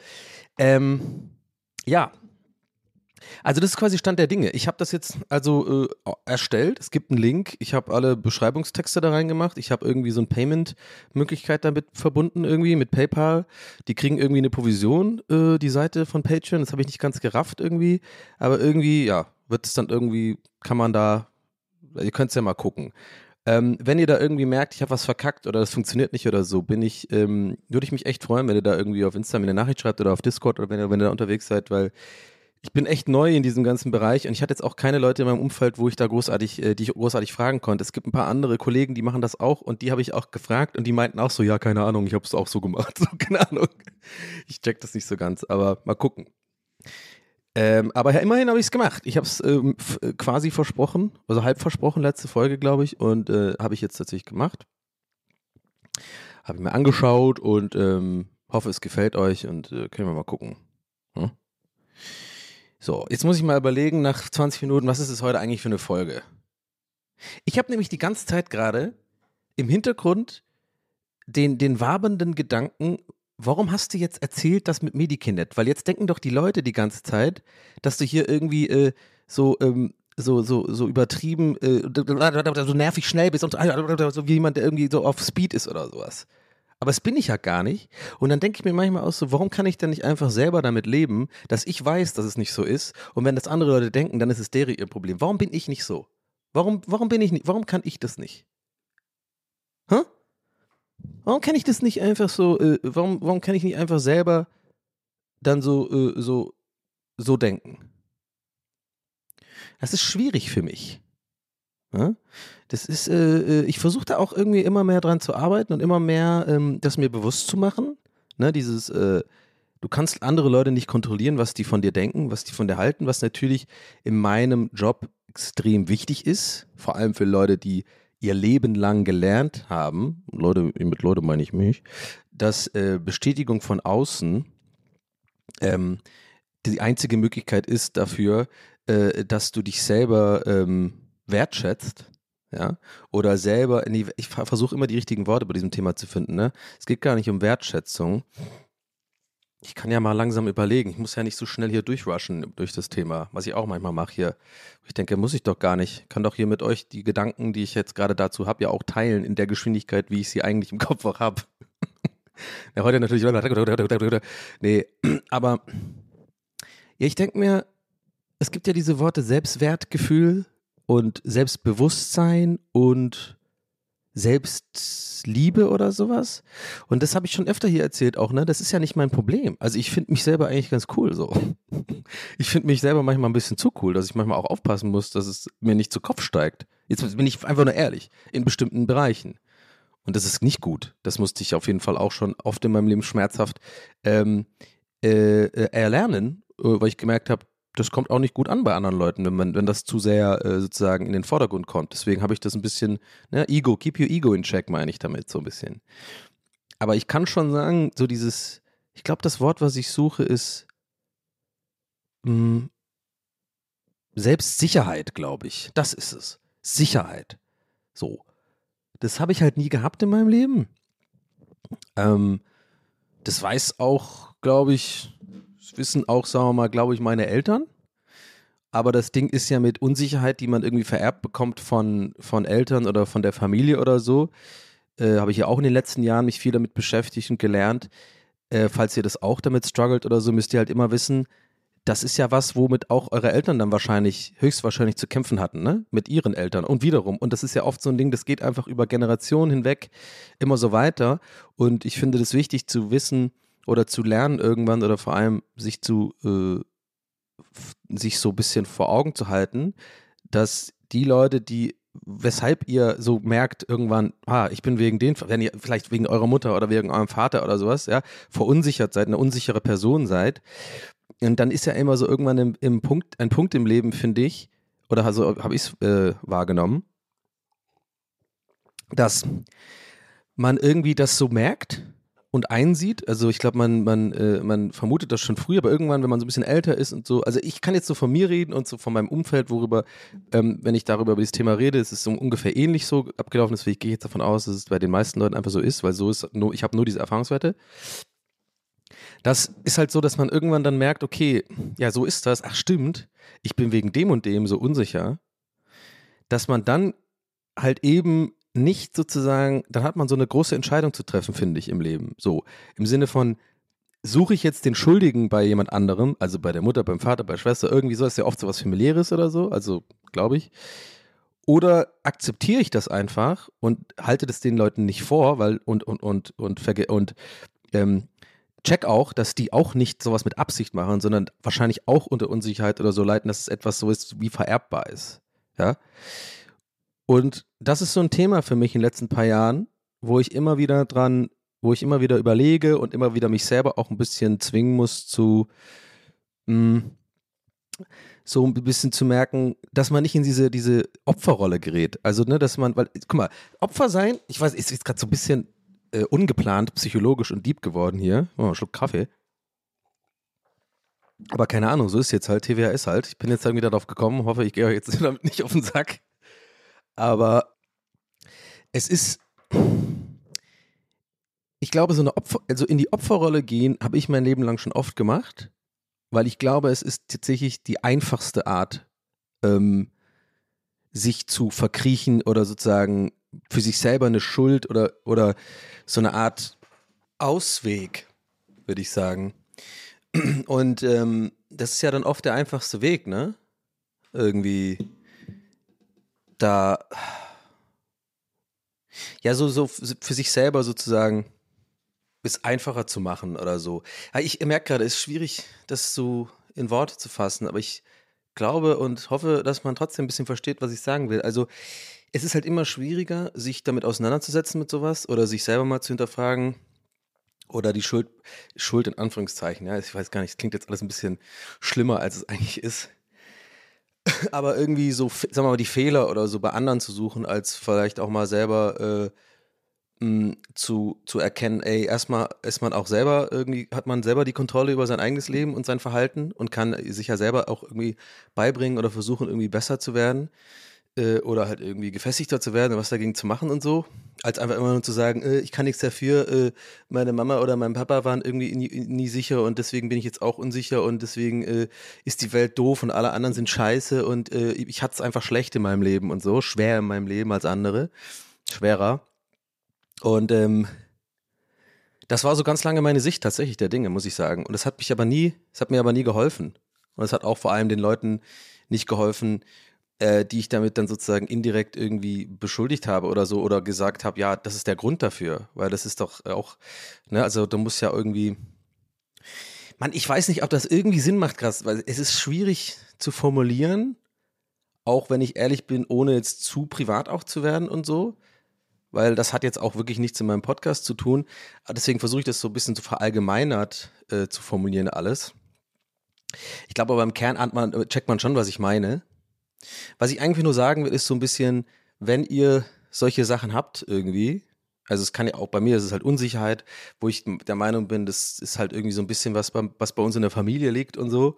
ja. Also das ist quasi Stand der Dinge. Ich habe das jetzt also erstellt. Es gibt einen Link. Ich habe alle Beschreibungstexte da reingemacht. Ich habe irgendwie so eine Payment-Möglichkeit damit verbunden irgendwie mit PayPal. Die kriegen irgendwie eine Provision, die Seite von Patreon. Das habe ich nicht ganz gerafft irgendwie. Aber irgendwie, ja, wird es dann irgendwie, kann man da, ihr könnt es ja mal gucken. Wenn ihr da irgendwie merkt, ich habe was verkackt oder das funktioniert nicht oder so, würde ich mich echt freuen, wenn ihr da irgendwie auf Instagram eine Nachricht schreibt oder auf Discord oder wenn ihr da unterwegs seid, weil ich bin echt neu in diesem ganzen Bereich und ich hatte jetzt auch keine Leute in meinem Umfeld, die ich großartig fragen konnte. Es gibt ein paar andere Kollegen, die machen das auch und die habe ich auch gefragt und die meinten auch so, ja, keine Ahnung, ich habe es auch so gemacht, so, keine Ahnung. Ich check das nicht so ganz, aber mal gucken. Aber ja, immerhin habe ich es gemacht. Ich habe es quasi versprochen, also halb versprochen, letzte Folge, glaube ich, und habe ich jetzt tatsächlich gemacht. Habe ich mir angeschaut und hoffe, es gefällt euch und können wir mal gucken. Hm? So, jetzt muss ich mal überlegen, nach 20 Minuten, was ist es heute eigentlich für eine Folge? Ich habe nämlich die ganze Zeit gerade im Hintergrund den wabernden Gedanken, warum hast du jetzt erzählt, das mit Medikinet? Weil jetzt denken doch die Leute die ganze Zeit, dass du hier irgendwie so übertrieben, so nervig schnell bist und so wie jemand, der irgendwie so auf Speed ist oder sowas. Aber das bin ich ja gar nicht. Und dann denke ich mir manchmal auch so, warum kann ich denn nicht einfach selber damit leben, dass ich weiß, dass es nicht so ist? Und wenn das andere Leute denken, dann ist es deren ihr Problem. Warum bin ich nicht so? Warum kann ich das nicht? Hä? Warum kann ich das nicht einfach so, warum kann ich nicht einfach selber dann so denken? Das ist schwierig für mich. Ja? Das ist, ich versuche da auch irgendwie immer mehr dran zu arbeiten und immer mehr das mir bewusst zu machen. Ne, du kannst andere Leute nicht kontrollieren, was die von dir denken, was die von dir halten, was natürlich in meinem Job extrem wichtig ist, vor allem für Leute, die ihr Leben lang gelernt haben, mit Leute meine ich mich, dass Bestätigung von außen die einzige Möglichkeit ist dafür, dass du dich selber wertschätzt, ja, oder selber, ich versuche immer die richtigen Worte bei diesem Thema zu finden, ne? Es geht gar nicht um Wertschätzung. Ich kann ja mal langsam überlegen, ich muss ja nicht so schnell hier durchrushen durch das Thema, was ich auch manchmal mache hier. Ich denke, muss ich doch gar nicht. Ich kann doch hier mit euch die Gedanken, die ich jetzt gerade dazu habe, ja auch teilen in der Geschwindigkeit, wie ich sie eigentlich im Kopf auch habe. Ja, heute natürlich, nee, aber ja, ich denke mir, es gibt ja diese Worte Selbstwertgefühl und Selbstbewusstsein und Selbstliebe oder sowas. Und das habe ich schon öfter hier erzählt auch, ne? Das ist ja nicht mein Problem. Also ich finde mich selber eigentlich ganz cool so. Ich finde mich selber manchmal ein bisschen zu cool, dass ich manchmal auch aufpassen muss, dass es mir nicht zu Kopf steigt. Jetzt bin ich einfach nur ehrlich, in bestimmten Bereichen. Und das ist nicht gut. Das musste ich auf jeden Fall auch schon oft in meinem Leben schmerzhaft erlernen, weil ich gemerkt habe, das kommt auch nicht gut an bei anderen Leuten, wenn das zu sehr sozusagen in den Vordergrund kommt. Deswegen habe ich das ein bisschen, ne, Ego, keep your ego in check, meine ich damit so ein bisschen. Aber ich kann schon sagen, so dieses, ich glaube, das Wort, was ich suche, ist Selbstsicherheit, glaube ich. Das ist es. Sicherheit. So. Das habe ich halt nie gehabt in meinem Leben. Das weiß auch, glaube ich, das wissen auch, sagen wir mal, glaube ich, meine Eltern. Aber das Ding ist ja mit Unsicherheit, die man irgendwie vererbt bekommt von Eltern oder von der Familie oder so, habe ich ja auch in den letzten Jahren mich viel damit beschäftigt und gelernt. Falls ihr das auch damit struggelt oder so, müsst ihr halt immer wissen, das ist ja was, womit auch eure Eltern dann höchstwahrscheinlich zu kämpfen hatten, ne? Mit ihren Eltern und wiederum. Und das ist ja oft so ein Ding, das geht einfach über Generationen hinweg immer so weiter. Und ich finde das wichtig zu wissen oder zu lernen irgendwann oder vor allem sich so ein bisschen vor Augen zu halten, dass die Leute, weshalb ihr so merkt irgendwann, ich bin wenn ihr vielleicht wegen eurer Mutter oder wegen eurem Vater oder sowas, ja, verunsichert seid, eine unsichere Person seid. Und dann ist ja immer so irgendwann ein Punkt im Leben, finde ich, oder also habe ich es wahrgenommen, dass man irgendwie das so merkt und einsieht. Also ich glaube, man vermutet das schon früh, aber irgendwann, wenn man so ein bisschen älter ist und so, also ich kann jetzt so von mir reden und so von meinem Umfeld, worüber, wenn ich darüber über dieses Thema rede, ist es so ungefähr ähnlich so abgelaufen. Deswegen gehe ich jetzt davon aus, dass es bei den meisten Leuten einfach so ist, weil ich habe nur diese Erfahrungswerte. Das ist halt so, dass man irgendwann dann merkt, okay, ja, so ist das, ach stimmt, ich bin wegen dem und dem so unsicher, dass man dann halt eben nicht sozusagen, dann hat man so eine große Entscheidung zu treffen, finde ich, im Leben. So, im Sinne von, suche ich jetzt den Schuldigen bei jemand anderem, also bei der Mutter, beim Vater, bei der Schwester, irgendwie so, ist ja oft so was Familiäres oder so, also glaube ich. Oder akzeptiere ich das einfach und halte das den Leuten nicht vor, weil check auch, dass die auch nicht sowas mit Absicht machen, sondern wahrscheinlich auch unter Unsicherheit oder so leiden, dass es etwas so ist, wie vererbbar ist. Ja. Und das ist so ein Thema für mich in den letzten paar Jahren, wo ich immer wieder überlege und immer wieder mich selber auch ein bisschen zwingen muss so ein bisschen zu merken, dass man nicht in diese Opferrolle gerät. Also, ne, guck mal, Opfer sein, ich weiß, ist jetzt gerade so ein bisschen ungeplant, psychologisch und deep geworden hier. Oh, einen Schluck Kaffee. Aber keine Ahnung, so ist jetzt halt, TWHS halt. Ich bin jetzt irgendwie darauf gekommen, hoffe, ich gehe euch jetzt damit nicht auf den Sack. Aber es ist, ich glaube, also in die Opferrolle gehen, habe ich mein Leben lang schon oft gemacht, weil ich glaube, es ist tatsächlich die einfachste Art, sich zu verkriechen oder sozusagen für sich selber eine Schuld oder so eine Art Ausweg, würde ich sagen. Und das ist ja dann oft der einfachste Weg, ne? Irgendwie da, ja, so für sich selber sozusagen es einfacher zu machen oder so. Ja, ich merke gerade, es ist schwierig, das so in Worte zu fassen, aber ich glaube und hoffe, dass man trotzdem ein bisschen versteht, was ich sagen will. Also es ist halt immer schwieriger, sich damit auseinanderzusetzen mit sowas oder sich selber mal zu hinterfragen oder die Schuld in Anführungszeichen. Ja, ich weiß gar nicht, es klingt jetzt alles ein bisschen schlimmer, als es eigentlich ist. Aber irgendwie so, sagen wir mal, die Fehler oder so bei anderen zu suchen, als vielleicht auch mal selber zu erkennen, ey, erstmal ist man auch selber hat man selber die Kontrolle über sein eigenes Leben und sein Verhalten und kann sich ja selber auch irgendwie beibringen oder versuchen, irgendwie besser zu werden oder halt irgendwie gefestigter zu werden und was dagegen zu machen und so, als einfach immer nur zu sagen, ich kann nichts dafür, meine Mama oder mein Papa waren irgendwie nie sicher und deswegen bin ich jetzt auch unsicher und deswegen ist die Welt doof und alle anderen sind scheiße und ich hatte es einfach schlecht in meinem Leben und so, schwer in meinem Leben als andere, schwerer. Und das war so ganz lange meine Sicht tatsächlich der Dinge, muss ich sagen. Und es hat mir aber nie geholfen. Und es hat auch vor allem den Leuten nicht geholfen, die ich damit dann sozusagen indirekt irgendwie beschuldigt habe oder so oder gesagt habe, ja, das ist der Grund dafür, weil das ist doch auch, ne, also da muss ja irgendwie, Mann, ich weiß nicht, ob das irgendwie Sinn macht, krass, weil es ist schwierig zu formulieren, auch wenn ich ehrlich bin, ohne jetzt zu privat auch zu werden und so. Weil das hat jetzt auch wirklich nichts in meinem Podcast zu tun. Deswegen versuche ich das so ein bisschen so verallgemeinert zu formulieren alles. Ich glaube aber im Kern checkt man schon, was ich meine. Was ich eigentlich nur sagen will, ist so ein bisschen, wenn ihr solche Sachen habt irgendwie, also es kann ja auch, bei mir ist es halt Unsicherheit, wo ich der Meinung bin, das ist halt irgendwie so ein bisschen was bei uns in der Familie liegt und so.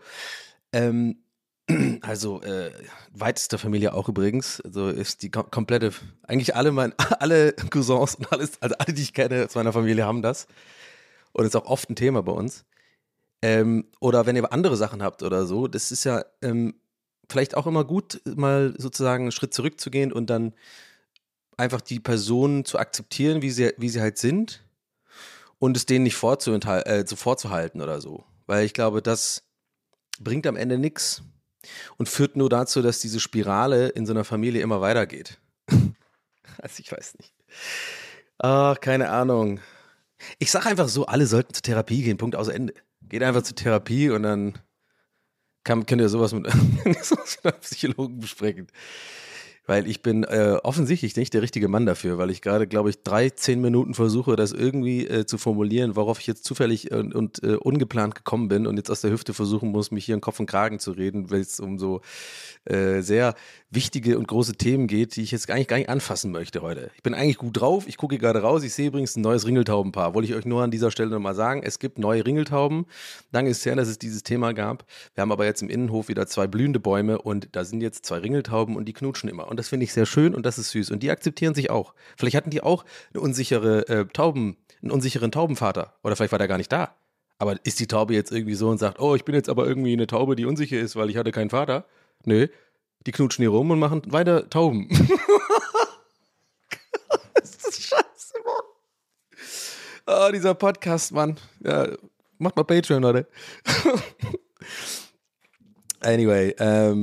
Also weiteste Familie auch übrigens, also ist die komplette, eigentlich alle Cousins und alles, also alle, die ich kenne aus meiner Familie haben das und ist auch oft ein Thema bei uns. Oder wenn ihr andere Sachen habt oder so, das ist ja vielleicht auch immer gut, mal sozusagen einen Schritt zurückzugehen und dann einfach die Personen zu akzeptieren, wie sie halt sind und es denen nicht vorzuhalten oder so. Weil ich glaube, das bringt am Ende nichts und führt nur dazu, dass diese Spirale in so einer Familie immer weitergeht. Also ich weiß nicht. Ach, keine Ahnung. Ich sag einfach so, alle sollten zur Therapie gehen, Punkt, aus Ende. Geht einfach zur Therapie und dann könnt ihr sowas mit einem Psychologen besprechen. Weil ich bin offensichtlich nicht der richtige Mann dafür, weil ich gerade, glaube ich, 10 Minuten versuche, das irgendwie zu formulieren, worauf ich jetzt zufällig und ungeplant gekommen bin und jetzt aus der Hüfte versuchen muss, mich hier in Kopf und Kragen zu reden, weil es um so sehr wichtige und große Themen geht, die ich jetzt eigentlich gar nicht anfassen möchte heute. Ich bin eigentlich gut drauf, ich gucke hier gerade raus, ich sehe übrigens ein neues Ringeltaubenpaar. Wollte ich euch nur an dieser Stelle nochmal sagen, es gibt neue Ringeltauben. Lange ist es her, dass es dieses Thema gab. Wir haben aber jetzt im Innenhof wieder 2 blühende Bäume und da sind jetzt 2 Ringeltauben und die knutschen immer. Und das finde ich sehr schön und das ist süß. Und die akzeptieren sich auch. Vielleicht hatten die auch einen unsicheren Taubenvater. Oder vielleicht war der gar nicht da. Aber ist die Taube jetzt irgendwie so und sagt, oh, ich bin jetzt aber irgendwie eine Taube, die unsicher ist, weil ich hatte keinen Vater? Nö. Die knutschen hier rum und machen weiter Tauben. Ist das scheiße, Mann. Oh, dieser Podcast, Mann. Ja, macht mal Patreon, Leute. Anyway,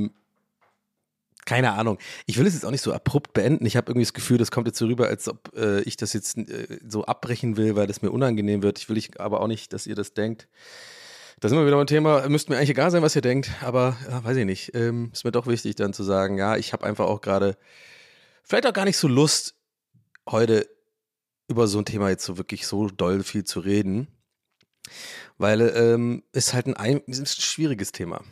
keine Ahnung. Ich will es jetzt auch nicht so abrupt beenden. Ich habe irgendwie das Gefühl, das kommt jetzt so rüber, als ob ich das jetzt so abbrechen will, weil das mir unangenehm wird. Ich will aber auch nicht, dass ihr das denkt. Da sind wir wieder beim Thema, müsste mir eigentlich egal sein, was ihr denkt, aber ja, weiß ich nicht. Ist mir doch wichtig dann zu sagen, ja, ich habe einfach auch gerade vielleicht auch gar nicht so Lust, heute über so ein Thema jetzt so wirklich so doll viel zu reden, weil es halt ein schwieriges Thema.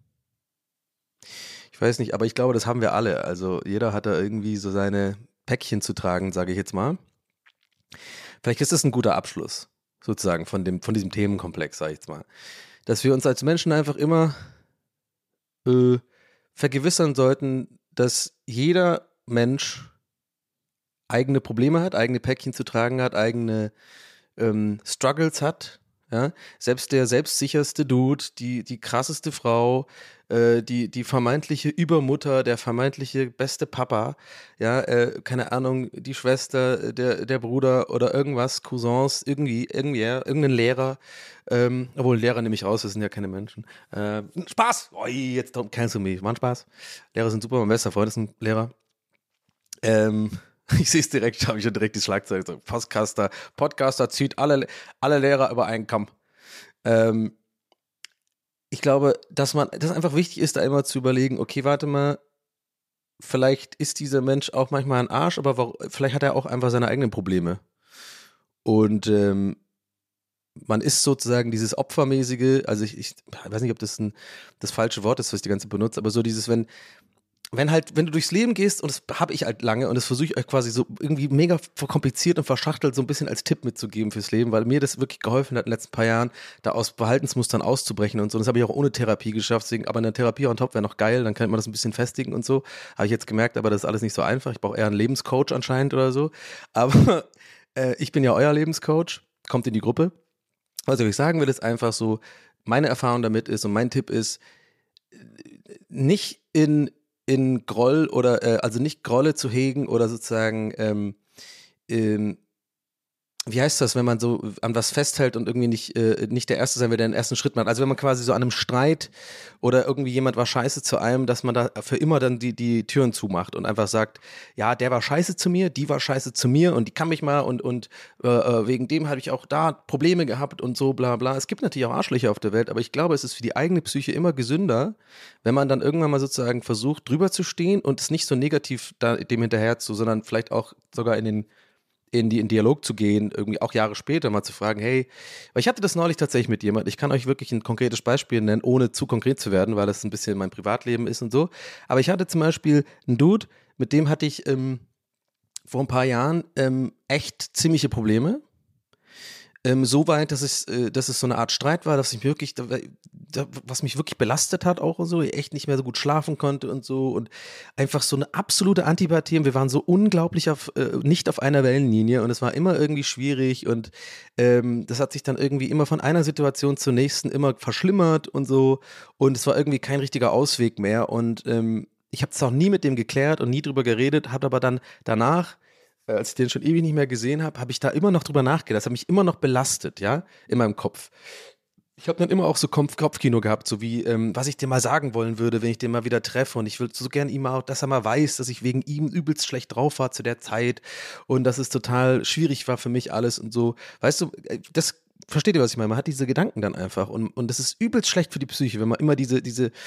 Ich weiß nicht, aber ich glaube, das haben wir alle. Also jeder hat da irgendwie so seine Päckchen zu tragen, sage ich jetzt mal. Vielleicht ist das ein guter Abschluss, sozusagen, von diesem Themenkomplex, sage ich jetzt mal. Dass wir uns als Menschen einfach immer vergewissern sollten, dass jeder Mensch eigene Probleme hat, eigene Päckchen zu tragen hat, eigene Struggles hat. Ja? Selbst der selbstsicherste Dude, die krasseste Frau, die vermeintliche Übermutter, der vermeintliche beste Papa, ja, keine Ahnung, die Schwester, der Bruder oder irgendwas, Cousins, irgendein Lehrer, obwohl Lehrer nehme ich raus, das sind ja keine Menschen. Spaß! Oh, jetzt kennst du mich, Mann, Spaß. Lehrer sind super, mein bester Freund ist ein Lehrer. Ich sehe es direkt, habe ich schon direkt die Schlagzeile. So, Podcaster zieht alle Lehrer über einen Kamm. Ich glaube, dass einfach wichtig ist, da immer zu überlegen, okay, warte mal, vielleicht ist dieser Mensch auch manchmal ein Arsch, aber vielleicht hat er auch einfach seine eigenen Probleme. Und man ist sozusagen dieses Opfermäßige, also ich weiß nicht, ob das das falsche Wort ist, was ich die ganze Zeit benutze, aber so dieses, wenn du durchs Leben gehst, und das habe ich halt lange, und das versuche ich euch quasi so irgendwie mega verkompliziert und verschachtelt so ein bisschen als Tipp mitzugeben fürs Leben, weil mir das wirklich geholfen hat in den letzten paar Jahren, da aus Verhaltensmustern auszubrechen und so. Und das habe ich auch ohne Therapie geschafft, deswegen, aber eine Therapie on top wäre noch geil, dann könnte man das ein bisschen festigen und so. Habe ich jetzt gemerkt, aber das ist alles nicht so einfach. Ich brauche eher einen Lebenscoach anscheinend oder so. Aber ich bin ja euer Lebenscoach, kommt in die Gruppe. Was ich euch sagen will, ist einfach so, meine Erfahrung damit ist und mein Tipp ist, nicht in Groll oder also nicht Grolle zu hegen oder sozusagen wie heißt das, wenn man so an was festhält und irgendwie nicht der Erste sein will, der den ersten Schritt macht. Also wenn man quasi so an einem Streit oder irgendwie jemand war scheiße zu einem, dass man da für immer dann die Türen zumacht und einfach sagt, ja, der war scheiße zu mir, die war scheiße zu mir und die kann mich mal und wegen dem habe ich auch da Probleme gehabt und so bla bla. Es gibt natürlich auch Arschlöcher auf der Welt, aber ich glaube, es ist für die eigene Psyche immer gesünder, wenn man dann irgendwann mal sozusagen versucht, drüber zu stehen und es nicht so negativ dem hinterher sondern vielleicht auch sogar in in Dialog zu gehen, irgendwie auch Jahre später mal zu fragen, hey, weil ich hatte das neulich tatsächlich mit jemand, ich kann euch wirklich ein konkretes Beispiel nennen, ohne zu konkret zu werden, weil das ein bisschen mein Privatleben ist und so, aber ich hatte zum Beispiel einen Dude, mit dem hatte ich vor ein paar Jahren echt ziemliche Probleme. So weit, dass es so eine Art Streit war, dass ich wirklich, was mich wirklich belastet hat auch und so, ich echt nicht mehr so gut schlafen konnte und so und einfach so eine absolute Antipathie und wir waren so unglaublich nicht auf einer Wellenlinie und es war immer irgendwie schwierig und das hat sich dann irgendwie immer von einer Situation zur nächsten immer verschlimmert und so und es war irgendwie kein richtiger Ausweg mehr und ich habe es auch nie mit dem geklärt und nie drüber geredet, habe aber dann danach als ich den schon ewig nicht mehr gesehen habe, habe ich da immer noch drüber nachgedacht. Das hat mich immer noch belastet, ja, in meinem Kopf. Ich habe dann immer auch so Kopfkino gehabt, so wie, was ich dir mal sagen wollen würde, wenn ich den mal wieder treffe. Und ich würde so gern ihm auch, dass er mal weiß, dass ich wegen ihm übelst schlecht drauf war zu der Zeit und dass es total schwierig war für mich alles und so. Weißt du, das versteht ihr, was ich meine? Man hat diese Gedanken dann einfach und das ist übelst schlecht für die Psyche, wenn man immer diese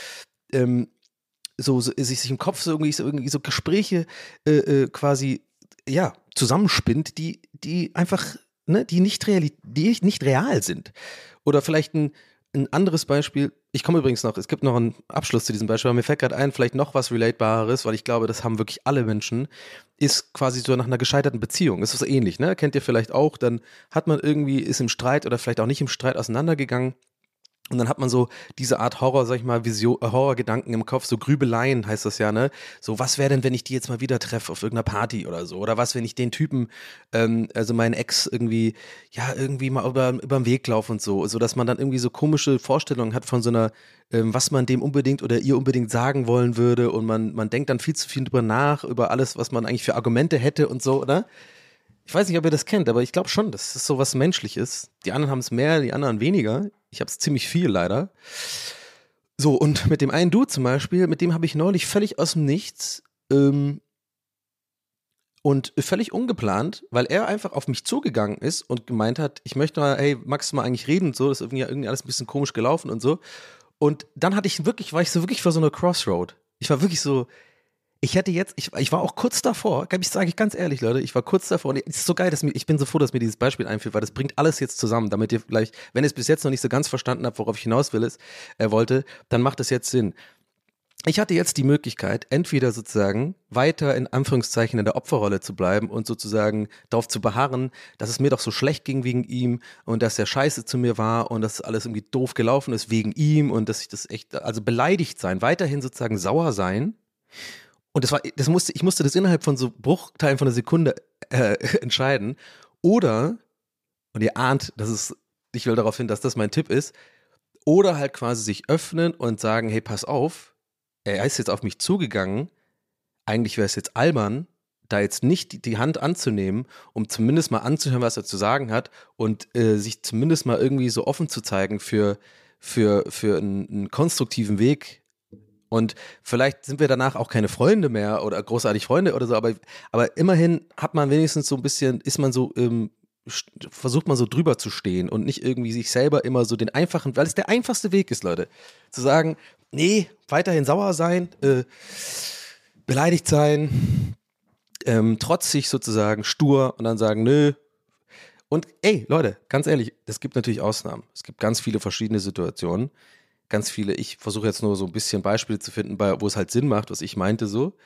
sich im Kopf so irgendwie so Gespräche quasi ja, zusammenspinnt, die einfach, ne, die nicht real sind. Oder vielleicht ein anderes Beispiel, ich komme übrigens noch, es gibt noch einen Abschluss zu diesem Beispiel, aber mir fällt gerade ein, vielleicht noch was Relatebareres, weil ich glaube, das haben wirklich alle Menschen, ist quasi so nach einer gescheiterten Beziehung. Das ist so ähnlich, ne? Kennt ihr vielleicht auch, dann hat man irgendwie, ist im Streit oder vielleicht auch nicht im Streit auseinandergegangen. Und dann hat man so diese Art Horror, sag ich mal, Horrorgedanken im Kopf, so Grübeleien heißt das ja, ne? So, was wäre denn, wenn ich die jetzt mal wieder treffe auf irgendeiner Party oder so? Oder was, wenn ich den Typen, also meinen Ex irgendwie mal über den Weg laufe und so. So, dass man dann irgendwie so komische Vorstellungen hat von so einer, was man dem unbedingt oder ihr unbedingt sagen wollen würde. Und man denkt dann viel zu viel drüber nach, über alles, was man eigentlich für Argumente hätte und so, oder? Ich weiß nicht, ob ihr das kennt, aber ich glaube schon, das ist so was Menschliches. Die anderen haben es mehr, die anderen weniger. Ich habe es ziemlich viel leider. So, und mit dem einen Dude zum Beispiel, mit dem habe ich neulich völlig aus dem Nichts und völlig ungeplant, weil er einfach auf mich zugegangen ist und gemeint hat, ich möchte mal, hey, magst du mal eigentlich reden und so, das ist irgendwie alles ein bisschen komisch gelaufen und so. Und dann war ich so wirklich vor so einer Crossroad. Ich war wirklich so, ich war auch kurz davor, sage ich ganz ehrlich, Leute, ich war kurz davor und es ist so geil, ich bin so froh, dass mir dieses Beispiel einfällt, weil das bringt alles jetzt zusammen, damit ihr vielleicht, wenn ihr es bis jetzt noch nicht so ganz verstanden habt, worauf ich hinaus wollte, dann macht es jetzt Sinn. Ich hatte jetzt die Möglichkeit, entweder sozusagen weiter in Anführungszeichen in der Opferrolle zu bleiben und sozusagen darauf zu beharren, dass es mir doch so schlecht ging wegen ihm und dass er scheiße zu mir war und dass alles irgendwie doof gelaufen ist wegen ihm und dass ich das echt, also beleidigt sein, weiterhin sozusagen sauer sein. Und ich musste das innerhalb von so Bruchteilen von einer Sekunde entscheiden. Oder, und ihr ahnt, ich will darauf hin, dass das mein Tipp ist, oder halt quasi sich öffnen und sagen, hey, pass auf, er ist jetzt auf mich zugegangen, eigentlich wäre es jetzt albern, da jetzt nicht die Hand anzunehmen, um zumindest mal anzuhören, was er zu sagen hat und sich zumindest mal irgendwie so offen zu zeigen für einen konstruktiven Weg. Und vielleicht sind wir danach auch keine Freunde mehr oder großartig Freunde oder so, aber immerhin hat man wenigstens so ein bisschen, versucht man so drüber zu stehen und nicht irgendwie sich selber immer so weil es der einfachste Weg ist, Leute, zu sagen, nee, weiterhin sauer sein, beleidigt sein, trotzig sozusagen, stur und dann sagen, nö. Und ey, Leute, ganz ehrlich, es gibt natürlich Ausnahmen. Es gibt ganz viele verschiedene Situationen. Ganz viele, ich versuche jetzt nur so ein bisschen Beispiele zu finden, wo es halt Sinn macht, was ich meinte so.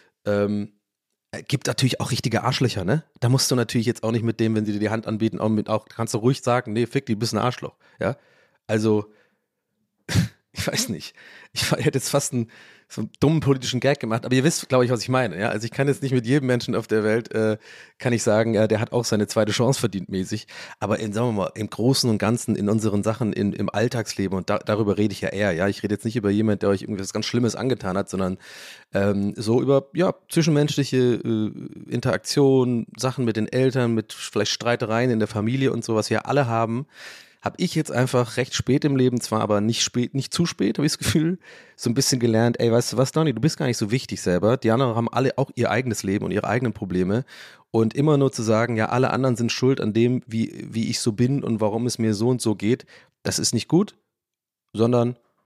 Gibt natürlich auch richtige Arschlöcher, ne? Da musst du natürlich jetzt auch nicht mit dem, wenn sie dir die Hand anbieten, auch kannst du ruhig sagen, nee, fick die, du bist ein Arschloch, ja? Also, ich weiß nicht. Ich hätte jetzt fast so einen dummen politischen Gag gemacht, aber ihr wisst, glaube ich, was ich meine, ja? Also ich kann jetzt nicht mit jedem Menschen auf der Welt, kann ich sagen, ja, der hat auch seine zweite Chance verdient mäßig, aber sagen wir mal, im Großen und Ganzen in unseren Sachen im Alltagsleben und darüber rede ich ja eher, ja? Ich rede jetzt nicht über jemanden, der euch irgendwas ganz Schlimmes angetan hat, sondern so über, ja, zwischenmenschliche Interaktion, Sachen mit den Eltern, mit vielleicht Streitereien in der Familie und so, was wir alle haben, habe ich jetzt einfach recht spät im Leben, zwar aber nicht zu spät, habe ich das Gefühl, so ein bisschen gelernt, ey, weißt du was, Donny, du bist gar nicht so wichtig selber. Die anderen haben alle auch ihr eigenes Leben und ihre eigenen Probleme. Und immer nur zu sagen, ja, alle anderen sind schuld an dem, wie ich so bin und warum es mir so und so geht, das ist nicht gut, sondern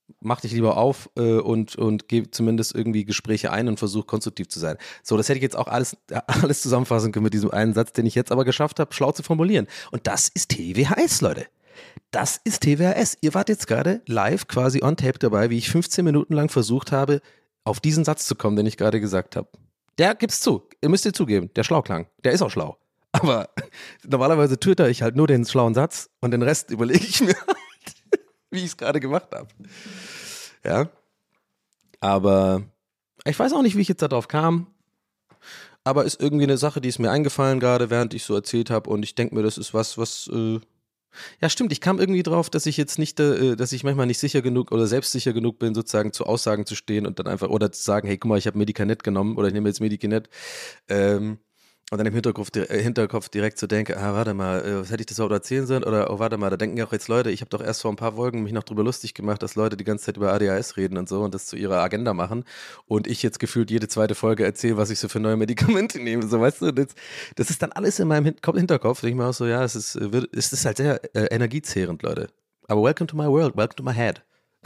mach dich lieber auf und geh zumindest irgendwie Gespräche ein und versuch konstruktiv zu sein. So, das hätte ich jetzt auch alles zusammenfassen können mit diesem einen Satz, den ich jetzt aber geschafft habe, schlau zu formulieren. Und das ist TWHS, Leute. Das ist TWHS. Ihr wart jetzt gerade live quasi on tape dabei, wie ich 15 Minuten lang versucht habe, auf diesen Satz zu kommen, den ich gerade gesagt habe. Der gibt's zu. Ihr müsst ihr zugeben, der schlau klang. Der ist auch schlau. Aber normalerweise twitter ich halt nur den schlauen Satz und den Rest überlege ich mir halt, wie ich es gerade gemacht habe. Ja. Aber ich weiß auch nicht, wie ich jetzt darauf kam. Aber ist irgendwie eine Sache, die ist mir eingefallen gerade, während ich so erzählt habe. Und ich denke mir, das ist was ja, stimmt. Ich kam irgendwie drauf, dass ich jetzt nicht, dass ich manchmal nicht sicher genug oder selbstsicher genug bin, sozusagen zu Aussagen zu stehen und dann einfach, oder zu sagen, hey, guck mal, ich habe Medicanet genommen oder ich nehme jetzt Medicanet. Und dann im Hinterkopf direkt zu denken, warte mal, was hätte ich das überhaupt erzählen sollen? Oder, oh, warte mal, da denken ja auch jetzt Leute, ich habe doch erst vor ein paar Folgen mich noch drüber lustig gemacht, dass Leute die ganze Zeit über ADHS reden und so und das zu ihrer Agenda machen. Und ich jetzt gefühlt jede zweite Folge erzähle, was ich so für neue Medikamente nehme. So, weißt du, das ist dann alles in meinem Hinterkopf. Denke ich mir auch so, ja, es ist halt sehr energiezehrend, Leute. Aber welcome to my world, welcome to my head.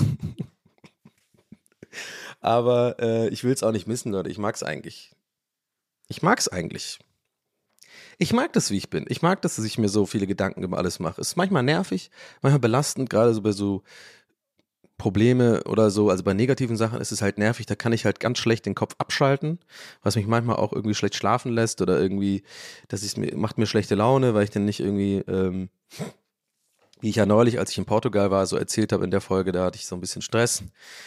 Aber ich will es auch nicht missen, Leute. Ich mag es eigentlich. Ich mag das, wie ich bin. Ich mag das, dass ich mir so viele Gedanken über alles mache. Es ist manchmal nervig, manchmal belastend, gerade so bei so Probleme oder so. Also bei negativen Sachen ist es halt nervig, da kann ich halt ganz schlecht den Kopf abschalten, was mich manchmal auch irgendwie schlecht schlafen lässt oder irgendwie, macht mir schlechte Laune, weil ich dann nicht irgendwie, wie ich ja neulich, als ich in Portugal war, so erzählt habe in der Folge, da hatte ich so ein bisschen Stress.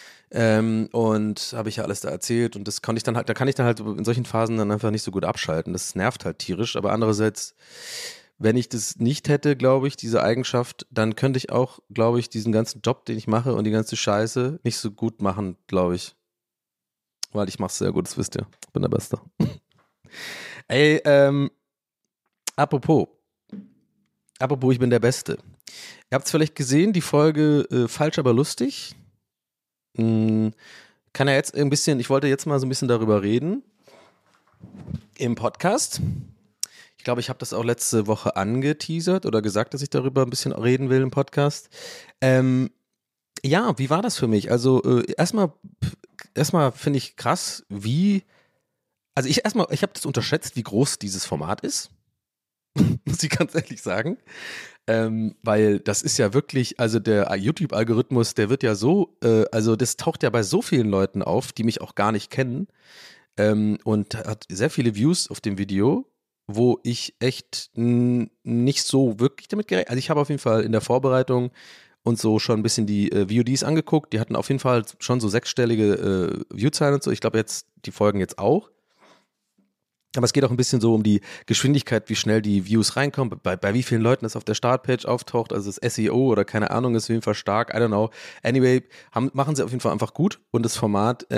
Und habe ich ja alles da erzählt und da kann ich dann halt in solchen Phasen dann einfach nicht so gut abschalten. Das nervt halt tierisch, aber andererseits, wenn ich das nicht hätte, glaube ich, diese Eigenschaft, dann könnte ich auch, glaube ich, diesen ganzen Job, den ich mache und die ganze Scheiße nicht so gut machen, glaube ich. Weil ich mache es sehr gut, das wisst ihr. Ich bin der Beste. Ey, apropos, ich bin der Beste. Ihr habt es vielleicht gesehen, die Folge Falsch, aber lustig. Kann er jetzt ich wollte jetzt mal so ein bisschen darüber reden im Podcast. Ich glaube, ich habe das auch letzte Woche angeteasert oder gesagt, dass ich darüber ein bisschen reden will im Podcast. Ja, wie war das für mich? Also erstmal finde ich krass, ich habe das unterschätzt, wie groß dieses Format ist. Muss ich ganz ehrlich sagen. Weil das ist ja wirklich, also der YouTube-Algorithmus, der wird ja so, also das taucht ja bei so vielen Leuten auf, die mich auch gar nicht kennen und hat sehr viele Views auf dem Video, wo ich echt nicht so wirklich damit gerechnet, also ich habe auf jeden Fall in der Vorbereitung und so schon ein bisschen die VODs angeguckt, die hatten auf jeden Fall schon so 6-stellige Viewzahlen und so, ich glaube jetzt, die folgen jetzt auch. Aber es geht auch ein bisschen so um die Geschwindigkeit, wie schnell die Views reinkommen, bei wie vielen Leuten es auf der Startpage auftaucht, also das SEO oder keine Ahnung, ist auf jeden Fall stark, I don't know. Anyway, machen sie auf jeden Fall einfach gut und das Format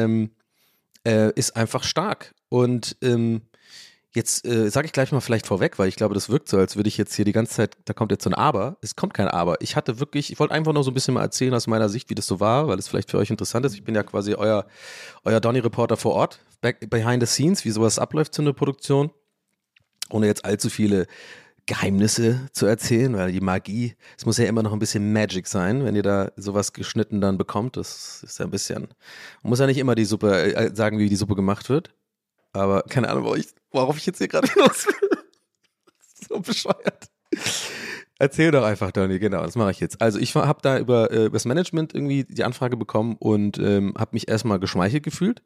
ist einfach stark. Und jetzt sage ich gleich mal vielleicht vorweg, weil ich glaube, das wirkt so, als würde ich jetzt hier die ganze Zeit, da kommt jetzt so ein Aber. Es kommt kein Aber. Ich wollte einfach nur so ein bisschen mal erzählen aus meiner Sicht, wie das so war, weil es vielleicht für euch interessant ist. Ich bin ja quasi euer Donny-Reporter vor Ort, behind the scenes, wie sowas abläuft zu einer Produktion. Ohne jetzt allzu viele Geheimnisse zu erzählen, weil die Magie, es muss ja immer noch ein bisschen Magic sein, wenn ihr da sowas geschnitten dann bekommt. Das ist ja ein bisschen, man muss ja nicht immer die Suppe sagen, wie die Suppe gemacht wird. Aber keine Ahnung, worauf ich jetzt hier gerade hinaus will. So bescheuert. Erzähl doch einfach, Donny, genau, das mache ich jetzt. Also ich habe da über das Management irgendwie die Anfrage bekommen und habe mich erstmal geschmeichelt gefühlt.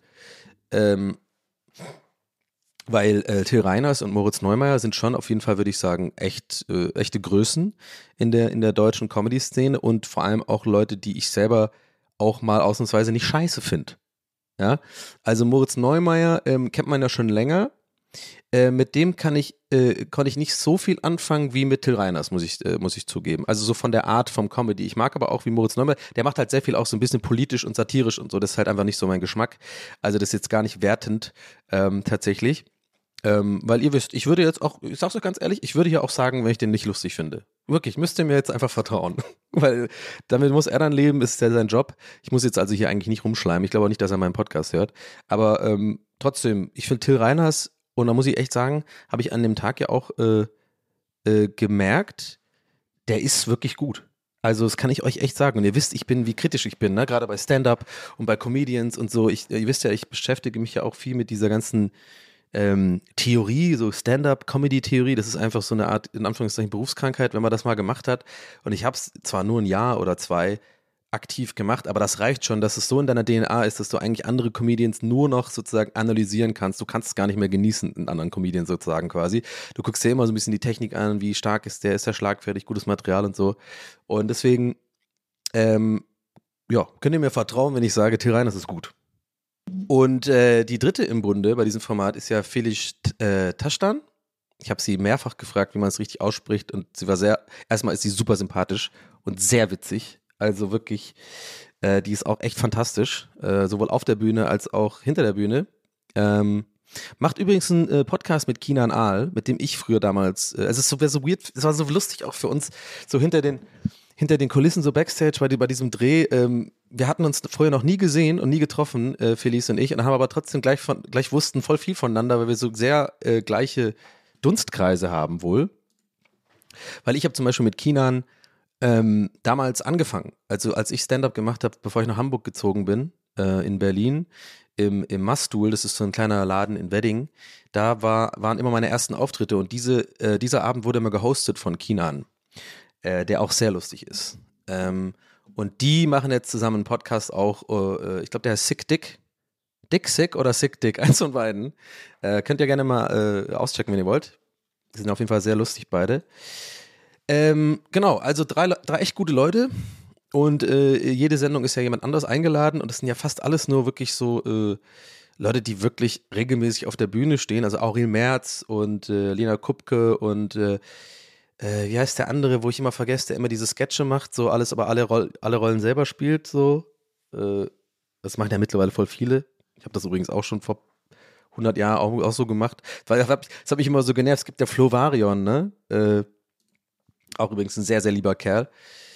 Weil Till Reiners und Moritz Neumeier sind schon auf jeden Fall, würde ich sagen, echte Größen in der deutschen Comedy-Szene und vor allem auch Leute, die ich selber auch mal ausnahmsweise nicht scheiße finde. Ja, also Moritz Neumeier kennt man ja schon länger. Mit dem konnte ich nicht so viel anfangen wie mit Till Reiners, muss ich zugeben. Also so von der Art vom Comedy. Ich mag aber auch wie Moritz Neumeier, der macht halt sehr viel auch so ein bisschen politisch und satirisch und so. Das ist halt einfach nicht so mein Geschmack. Also das ist jetzt gar nicht wertend tatsächlich. Weil ihr wisst, ich sag's euch ganz ehrlich, ich würde ja auch sagen, wenn ich den nicht lustig finde. Wirklich, müsst ihr mir jetzt einfach vertrauen. Weil damit muss er dann leben, ist ja sein Job. Ich muss jetzt also hier eigentlich nicht rumschleimen. Ich glaube auch nicht, dass er meinen Podcast hört. Aber trotzdem, ich finde Till Reiners, und da muss ich echt sagen, habe ich an dem Tag ja auch gemerkt, der ist wirklich gut. Also das kann ich euch echt sagen. Und ihr wisst, wie kritisch ich bin, ne? Gerade bei Stand-Up und bei Comedians und so. Ihr wisst ja, ich beschäftige mich ja auch viel mit dieser ganzen Theorie, so Stand-Up-Comedy-Theorie. Das ist einfach so eine Art, in Anführungszeichen, Berufskrankheit, wenn man das mal gemacht hat. Und ich habe es zwar nur ein Jahr oder zwei aktiv gemacht, aber das reicht schon, dass es so in deiner DNA ist, dass du eigentlich andere Comedians nur noch sozusagen analysieren kannst. Du kannst es gar nicht mehr genießen in anderen Comedians sozusagen quasi. Du guckst dir immer so ein bisschen die Technik an, wie stark ist der schlagfertig, gutes Material und so. Und deswegen, ja, könnt ihr mir vertrauen, wenn ich sage, Till Reiners ist gut. Und die dritte im Bunde bei diesem Format ist ja Felix Taschtan. Ich habe sie mehrfach gefragt, wie man es richtig ausspricht und sie war erstmal ist sie super sympathisch und sehr witzig. Also wirklich, die ist auch echt fantastisch, sowohl auf der Bühne als auch hinter der Bühne. Macht übrigens einen Podcast mit Kinan Ahl, mit dem ich früher damals, es war so weird, es war so lustig auch für uns, so hinter den Kulissen, so Backstage bei diesem Dreh. Wir hatten uns vorher noch nie gesehen und nie getroffen, Felice und ich, und haben aber trotzdem gleich wussten voll viel voneinander, weil wir so sehr gleiche Dunstkreise haben wohl. Weil ich habe zum Beispiel mit Kinan damals angefangen, also als ich Stand-Up gemacht habe, bevor ich nach Hamburg gezogen bin, in Berlin, im Maststuhl, das ist so ein kleiner Laden in Wedding, da waren immer meine ersten Auftritte und dieser Abend wurde immer gehostet von Kinan, der auch sehr lustig ist. Und die machen jetzt zusammen einen Podcast auch, ich glaube, der heißt Sick Dick. Dick Sick oder Sick Dick, eins von beiden. Könnt ihr gerne mal auschecken, wenn ihr wollt. Die sind auf jeden Fall sehr lustig beide. Genau, also drei echt gute Leute und jede Sendung ist ja jemand anders eingeladen und das sind ja fast alles nur wirklich so Leute, die wirklich regelmäßig auf der Bühne stehen, also Aurel Merz und Lena Kupke und wie heißt der andere, wo ich immer vergesse, der immer diese Sketche macht, so alles, aber alle Rollen selber spielt, so. Das machen ja mittlerweile voll viele. Ich habe das übrigens auch schon vor 100 Jahren auch so gemacht. Weil das hab ich immer so genervt. Es gibt ja Flo Varion, ne? Auch übrigens ein sehr, sehr lieber Kerl,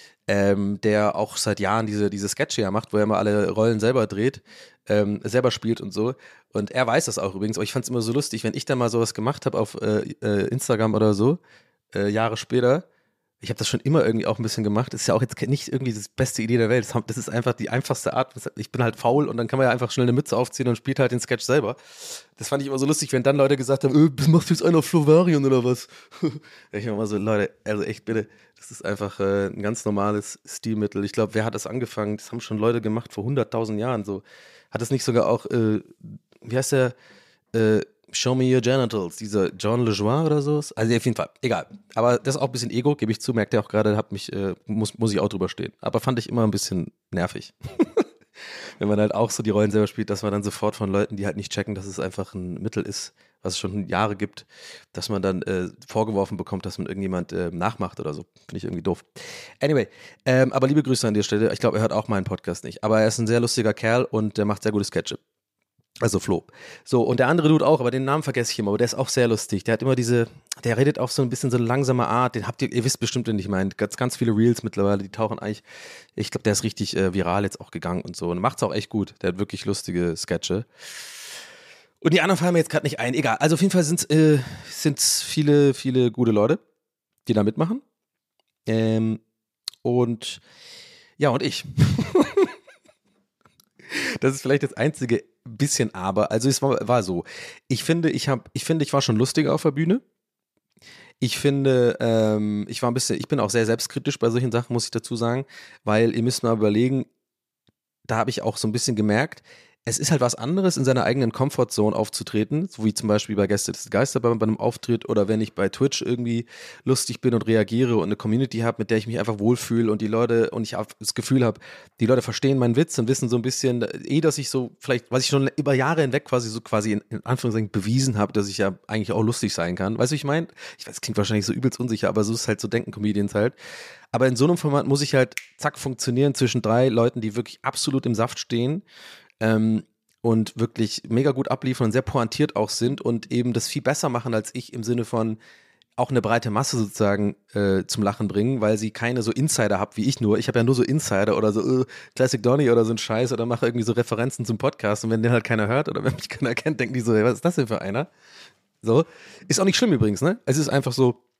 der auch seit Jahren diese Sketche ja macht, wo er immer alle Rollen selber dreht, selber spielt und so. Und er weiß das auch übrigens, aber ich fand es immer so lustig, wenn ich dann mal sowas gemacht habe auf Instagram oder so, Jahre später. Ich habe das schon immer irgendwie auch ein bisschen gemacht. Das ist ja auch jetzt nicht irgendwie die beste Idee der Welt. Das ist einfach die einfachste Art. Ich bin halt faul und dann kann man ja einfach schnell eine Mütze aufziehen und spielt halt den Sketch selber. Das fand ich immer so lustig, wenn dann Leute gesagt haben, machst du jetzt einen auf Flo Varion oder was? Ich war immer so, Leute, also echt bitte, das ist einfach ein ganz normales Stilmittel. Ich glaube, wer hat das angefangen? Das haben schon Leute gemacht vor 100.000 Jahren. So. Hat es nicht sogar auch, wie heißt der, Show me your genitals, dieser John LeJoie oder so. Also auf jeden Fall, egal. Aber das ist auch ein bisschen Ego, gebe ich zu, merkt ihr auch gerade, muss ich auch drüber stehen. Aber fand ich immer ein bisschen nervig. Wenn man halt auch so die Rollen selber spielt, dass man dann sofort von Leuten, die halt nicht checken, dass es einfach ein Mittel ist, was es schon Jahre gibt, dass man dann vorgeworfen bekommt, dass man irgendjemand nachmacht oder so. Finde ich irgendwie doof. Anyway, aber liebe Grüße an der Stelle. Ich glaube, er hört auch meinen Podcast nicht. Aber er ist ein sehr lustiger Kerl und der macht sehr gute Sketche. Also Flo. So, und der andere Dude auch, aber den Namen vergesse ich immer, aber der ist auch sehr lustig. Der hat immer der redet auf so ein bisschen so eine langsame Art, ihr wisst bestimmt, den ich meine. Ganz viele Reels mittlerweile, die tauchen eigentlich, ich glaube, der ist richtig viral jetzt auch gegangen und so und macht's auch echt gut. Der hat wirklich lustige Sketche. Und die anderen fallen mir jetzt gerade nicht ein. Egal, also auf jeden Fall sind's viele, viele gute Leute, die da mitmachen. Und ja, und ich. Das ist vielleicht das einzige bisschen aber. Also es war so. Ich finde, ich war schon lustiger auf der Bühne. Ich finde, ich bin auch sehr selbstkritisch bei solchen Sachen, muss ich dazu sagen, weil ihr müsst mal überlegen, da habe ich auch so ein bisschen gemerkt, es ist halt was anderes, in seiner eigenen Comfortzone aufzutreten, so wie zum Beispiel bei Gäste des Geister bei einem Auftritt oder wenn ich bei Twitch irgendwie lustig bin und reagiere und eine Community habe, mit der ich mich einfach wohlfühle und ich auch das Gefühl habe, die Leute verstehen meinen Witz und wissen so ein bisschen, dass ich so vielleicht, was ich schon über Jahre hinweg quasi in Anführungszeichen bewiesen habe, dass ich ja eigentlich auch lustig sein kann. Weißt du, ich meine? Ich weiß, es klingt wahrscheinlich so übelst unsicher, aber so ist halt so denken Comedians halt. Aber in so einem Format muss ich halt zack funktionieren zwischen drei Leuten, die wirklich absolut im Saft stehen. Und wirklich mega gut abliefern und sehr pointiert auch sind und eben das viel besser machen als ich im Sinne von auch eine breite Masse sozusagen zum Lachen bringen, weil sie keine so Insider habt wie ich nur. Ich habe ja nur so Insider oder so Classic Donny oder so ein Scheiß oder mache irgendwie so Referenzen zum Podcast und wenn den halt keiner hört oder wenn mich keiner kennt, denken die so, hey, was ist das denn für einer? So, ist auch nicht schlimm übrigens, ne? Es ist einfach so,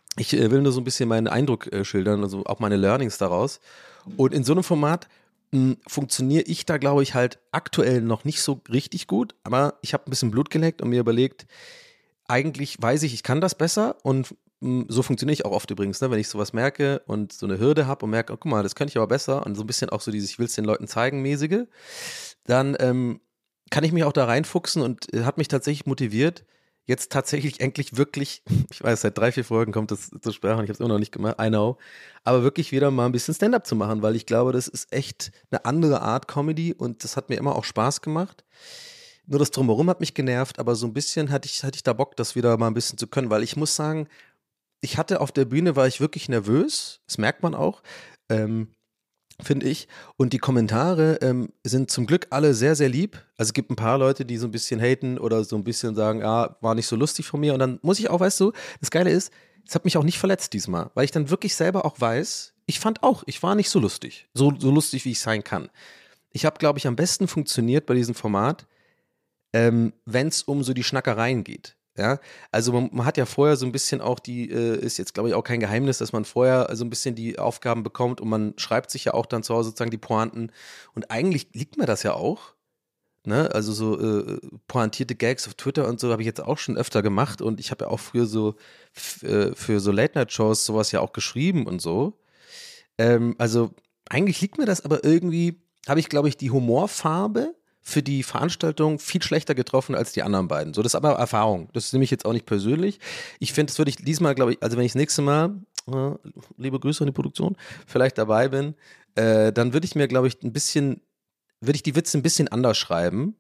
Ich will nur so ein bisschen meinen Eindruck schildern, also auch meine Learnings daraus. Und in so einem Format funktioniere ich da, glaube ich, halt aktuell noch nicht so richtig gut, aber ich habe ein bisschen Blut geleckt und mir überlegt, eigentlich weiß ich kann das besser und so funktioniere ich auch oft übrigens, ne? Wenn ich sowas merke und so eine Hürde habe und merke, oh, guck mal, das könnte ich aber besser und so ein bisschen auch so dieses, ich will es den Leuten zeigen mäßige, dann kann ich mich auch da reinfuchsen und hat mich tatsächlich motiviert, jetzt tatsächlich endlich wirklich, ich weiß, seit 3, 4 Folgen kommt das zur Sprache und ich habe es immer noch nicht gemacht, I know, aber wirklich wieder mal ein bisschen Stand-up zu machen, weil ich glaube, das ist echt eine andere Art Comedy und das hat mir immer auch Spaß gemacht. Nur das Drumherum hat mich genervt, aber so ein bisschen hatte ich da Bock, das wieder mal ein bisschen zu können, weil ich muss sagen, ich hatte auf der Bühne, war ich wirklich nervös, das merkt man auch, finde ich. Und die Kommentare sind zum Glück alle sehr, sehr lieb. Also es gibt ein paar Leute, die so ein bisschen haten oder so ein bisschen sagen, war nicht so lustig von mir. Und dann muss ich auch, weißt du, das Geile ist, es hat mich auch nicht verletzt diesmal, weil ich dann wirklich selber auch weiß, ich war nicht so lustig. So lustig, wie ich sein kann. Ich habe, glaube ich, am besten funktioniert bei diesem Format, wenn es um so die Schnackereien geht. Ja, also man hat ja vorher so ein bisschen auch ist jetzt glaube ich auch kein Geheimnis, dass man vorher so ein bisschen die Aufgaben bekommt und man schreibt sich ja auch dann zu Hause sozusagen die Pointen und eigentlich liegt mir das ja auch, ne, also so pointierte Gags auf Twitter und so habe ich jetzt auch schon öfter gemacht und ich habe ja auch früher so für so Late-Night-Shows sowas ja auch geschrieben und so, also eigentlich liegt mir das, aber irgendwie habe ich glaube ich die Humorfarbe für die Veranstaltung viel schlechter getroffen als die anderen beiden. So, das ist aber Erfahrung. Das nehme ich jetzt auch nicht persönlich. Ich finde, das würde ich diesmal, glaube ich, also wenn ich das nächste Mal, liebe Grüße an die Produktion, vielleicht dabei bin, dann würde ich mir, glaube ich, würde ich die Witze ein bisschen anders schreiben.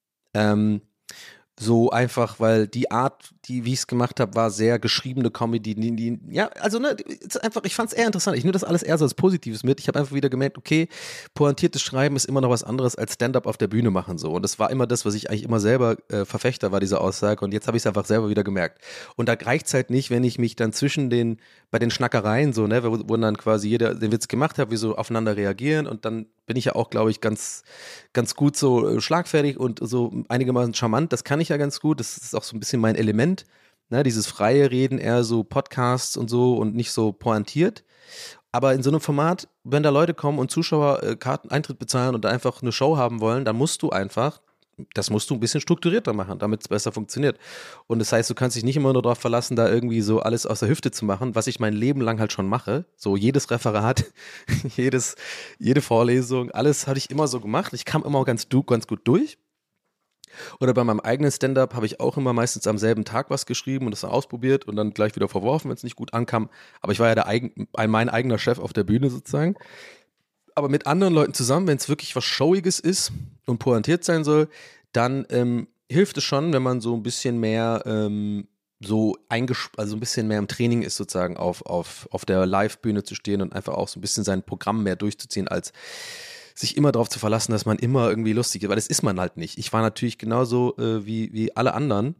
So einfach, weil die Art, wie ich es gemacht habe, war sehr geschriebene Comedy. Ja, also ne, einfach, ich fand es eher interessant. Ich nehme das alles eher so als Positives mit. Ich habe einfach wieder gemerkt, okay, pointiertes Schreiben ist immer noch was anderes als Stand-up auf der Bühne machen so. Und das war immer das, was ich eigentlich immer selber Verfechter war, diese Aussage. Und jetzt habe ich es einfach selber wieder gemerkt. Und da reicht es halt nicht, wenn ich mich dann bei den Schnackereien so, ne, wo dann quasi jeder den Witz gemacht hat, wie so aufeinander reagieren und dann bin ich ja auch, glaube ich, ganz, ganz gut so schlagfertig und so einigermaßen charmant. Das kann ich ja ganz gut. Das ist auch so ein bisschen mein Element. Ne? Dieses freie Reden, eher so Podcasts und so und nicht so pointiert. Aber in so einem Format, wenn da Leute kommen und Zuschauer Eintritt bezahlen und einfach eine Show haben wollen, dann musst du einfach, das musst du ein bisschen strukturierter machen, damit es besser funktioniert. Und das heißt, du kannst dich nicht immer nur darauf verlassen, da irgendwie so alles aus der Hüfte zu machen, was ich mein Leben lang halt schon mache. So jedes Referat, jede Vorlesung, alles hatte ich immer so gemacht. Ich kam immer ganz gut durch. Oder bei meinem eigenen Stand-up habe ich auch immer meistens am selben Tag was geschrieben und das dann ausprobiert und dann gleich wieder verworfen, wenn es nicht gut ankam. Aber ich war ja mein eigener Chef auf der Bühne sozusagen. Aber mit anderen Leuten zusammen, wenn es wirklich was Showiges ist und pointiert sein soll, dann hilft es schon, wenn man so ein bisschen mehr also ein bisschen mehr im Training ist sozusagen auf der Live-Bühne zu stehen und einfach auch so ein bisschen sein Programm mehr durchzuziehen, als sich immer darauf zu verlassen, dass man immer irgendwie lustig ist, weil das ist man halt nicht. Ich war natürlich genauso wie alle anderen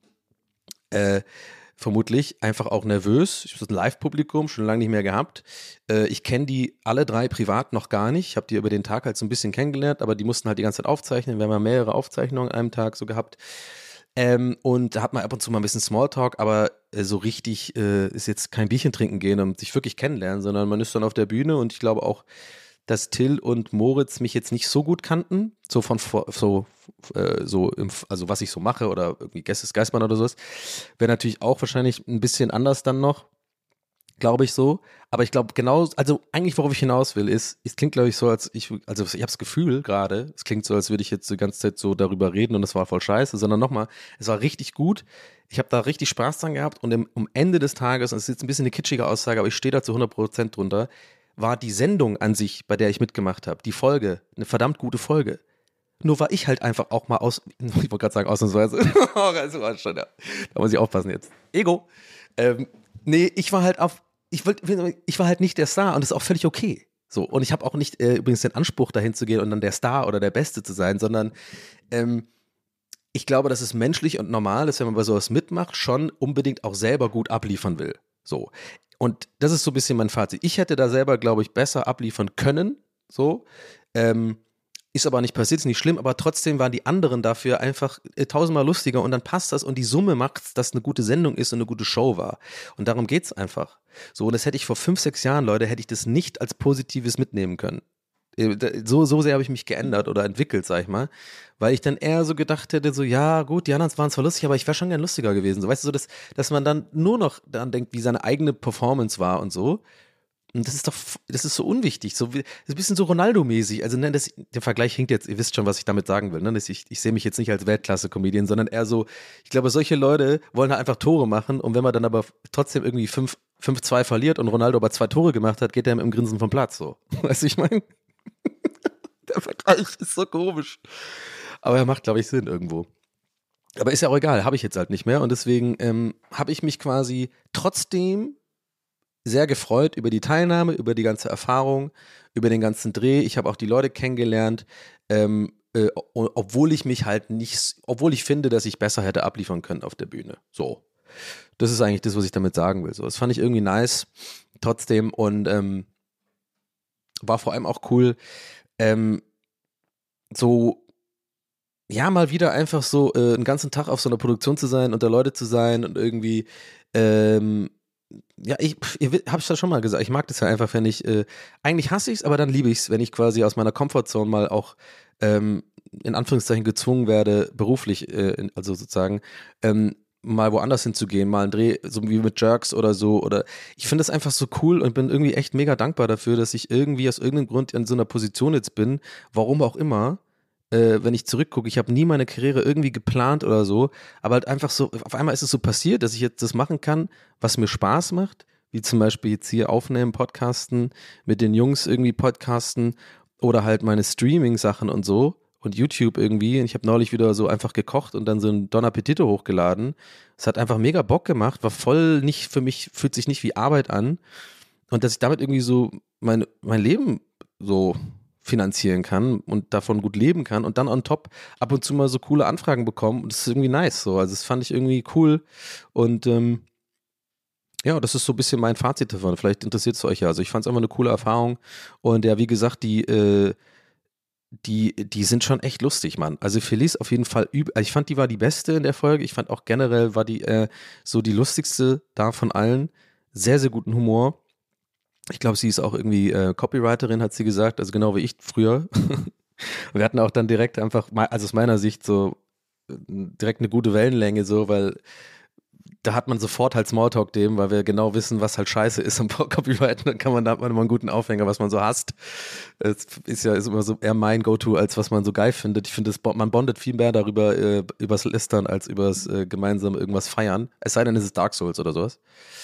vermutlich einfach auch nervös. Ich habe so ein Live-Publikum schon lange nicht mehr gehabt. Ich kenne die alle 3 privat noch gar nicht. Ich habe die über den Tag halt so ein bisschen kennengelernt, aber die mussten halt die ganze Zeit aufzeichnen. Wir haben ja mehrere Aufzeichnungen an einem Tag so gehabt. Und da hat man ab und zu mal ein bisschen Smalltalk, aber so richtig ist jetzt kein Bierchen trinken gehen und sich wirklich kennenlernen, sondern man ist dann auf der Bühne und ich glaube auch, dass Till und Moritz mich jetzt nicht so gut kannten, also was ich so mache oder irgendwie Geistesgeistmann oder sowas, wäre natürlich auch wahrscheinlich ein bisschen anders dann noch, glaube ich so, aber ich glaube genau, also eigentlich worauf ich hinaus will ist, es klingt glaube ich so, ich habe das Gefühl gerade, es klingt so, als würde ich jetzt die ganze Zeit so darüber reden und das war voll scheiße, sondern nochmal, es war richtig gut, ich habe da richtig Spaß dran gehabt und am Ende des Tages, und es ist jetzt ein bisschen eine kitschige Aussage, aber ich stehe da zu 100% drunter, war die Sendung an sich, bei der ich mitgemacht habe, die Folge, eine verdammt gute Folge. Nur war ich halt einfach auch mal ich wollte gerade sagen, ausnahmsweise. Da muss ich aufpassen jetzt. Ego. Nee, ich war halt nicht der Star und das ist auch völlig okay. So, und ich habe auch nicht übrigens den Anspruch, dahin zu gehen und dann der Star oder der Beste zu sein, sondern ich glaube, dass es menschlich und normal ist, wenn man bei sowas mitmacht, schon unbedingt auch selber gut abliefern will. So. Und das ist so ein bisschen mein Fazit. Ich hätte da selber, glaube ich, besser abliefern können. So. Ist aber nicht passiert, ist nicht schlimm, aber trotzdem waren die anderen dafür einfach tausendmal lustiger und dann passt das und die Summe macht's, dass eine gute Sendung ist und eine gute Show war. Und darum geht's einfach. So, und das hätte ich vor 5, 6 Jahren, Leute, hätte ich das nicht als Positives mitnehmen können. So sehr habe ich mich geändert oder entwickelt, sag ich mal, weil ich dann eher so gedacht hätte, so, ja gut, die anderen waren zwar lustig, aber ich wäre schon gern lustiger gewesen. So, weißt du, so, dass man dann nur noch daran denkt, wie seine eigene Performance war und so. Und das ist so unwichtig, das ist ein bisschen so Ronaldo-mäßig. Also ne, der Vergleich hinkt jetzt, ihr wisst schon, was ich damit sagen will. Ne? Ich sehe mich jetzt nicht als Weltklasse-Comedian, sondern eher so, ich glaube, solche Leute wollen halt einfach Tore machen und wenn man dann aber trotzdem irgendwie 5-2 verliert und Ronaldo aber 2 Tore gemacht hat, geht er mit dem Grinsen vom Platz so. Weißt du, ich meine? Der Vergleich ist so komisch. Aber er macht, glaube ich, Sinn irgendwo. Aber ist ja auch egal, habe ich jetzt halt nicht mehr und deswegen habe ich mich quasi trotzdem sehr gefreut über die Teilnahme, über die ganze Erfahrung, über den ganzen Dreh. Ich habe auch die Leute kennengelernt, obwohl ich finde, dass ich besser hätte abliefern können auf der Bühne. So. Das ist eigentlich das, was ich damit sagen will. So, das fand ich irgendwie nice, trotzdem und war vor allem auch cool, so ja, mal wieder einfach so einen ganzen Tag auf so einer Produktion zu sein, unter Leute zu sein und irgendwie ja, habe ich das schon mal gesagt, ich mag das ja einfach, wenn ich, eigentlich hasse ich es, aber dann liebe ich es, wenn ich quasi aus meiner Comfortzone mal auch in Anführungszeichen gezwungen werde, beruflich, also sozusagen, mal woanders hinzugehen, mal einen Dreh, so wie mit Jerks oder so, oder ich finde das einfach so cool und bin irgendwie echt mega dankbar dafür, dass ich irgendwie aus irgendeinem Grund in so einer Position jetzt bin, warum auch immer, wenn ich zurückgucke, ich habe nie meine Karriere irgendwie geplant oder so, aber halt einfach so, auf einmal ist es so passiert, dass ich jetzt das machen kann, was mir Spaß macht, wie zum Beispiel jetzt hier aufnehmen, podcasten, mit den Jungs irgendwie podcasten oder halt meine Streaming-Sachen und so und YouTube irgendwie. Und ich habe neulich wieder so einfach gekocht und dann so ein Don Appetito hochgeladen. Es hat einfach mega Bock gemacht, war voll nicht für mich, fühlt sich nicht wie Arbeit an und dass ich damit irgendwie so mein Leben so finanzieren kann und davon gut leben kann und dann on top ab und zu mal so coole Anfragen bekommen und das ist irgendwie nice so, also das fand ich irgendwie cool und ja, das ist so ein bisschen mein Fazit davon, vielleicht interessiert es euch ja, also ich fand es einfach eine coole Erfahrung und ja, wie gesagt, die sind schon echt lustig, Mann. Also Felice auf jeden Fall, ich fand, die war die beste in der Folge, ich fand auch generell war die so die lustigste da von allen, sehr, sehr guten Humor. Ich glaube, sie ist auch irgendwie Copywriterin, hat sie gesagt, also genau wie ich früher. Wir hatten auch dann direkt einfach, also aus meiner Sicht so direkt eine gute Wellenlänge so, weil da hat man sofort halt Smalltalk-Themen, weil wir genau wissen, was halt scheiße ist am Copywriting, da hat man immer einen guten Aufhänger, was man so hasst. Es ist immer so eher mein Go-To, als was man so geil findet. Ich finde, man bondet viel mehr darüber, übers Lästern, als übers gemeinsam irgendwas feiern. Es sei denn, es ist Dark Souls oder sowas.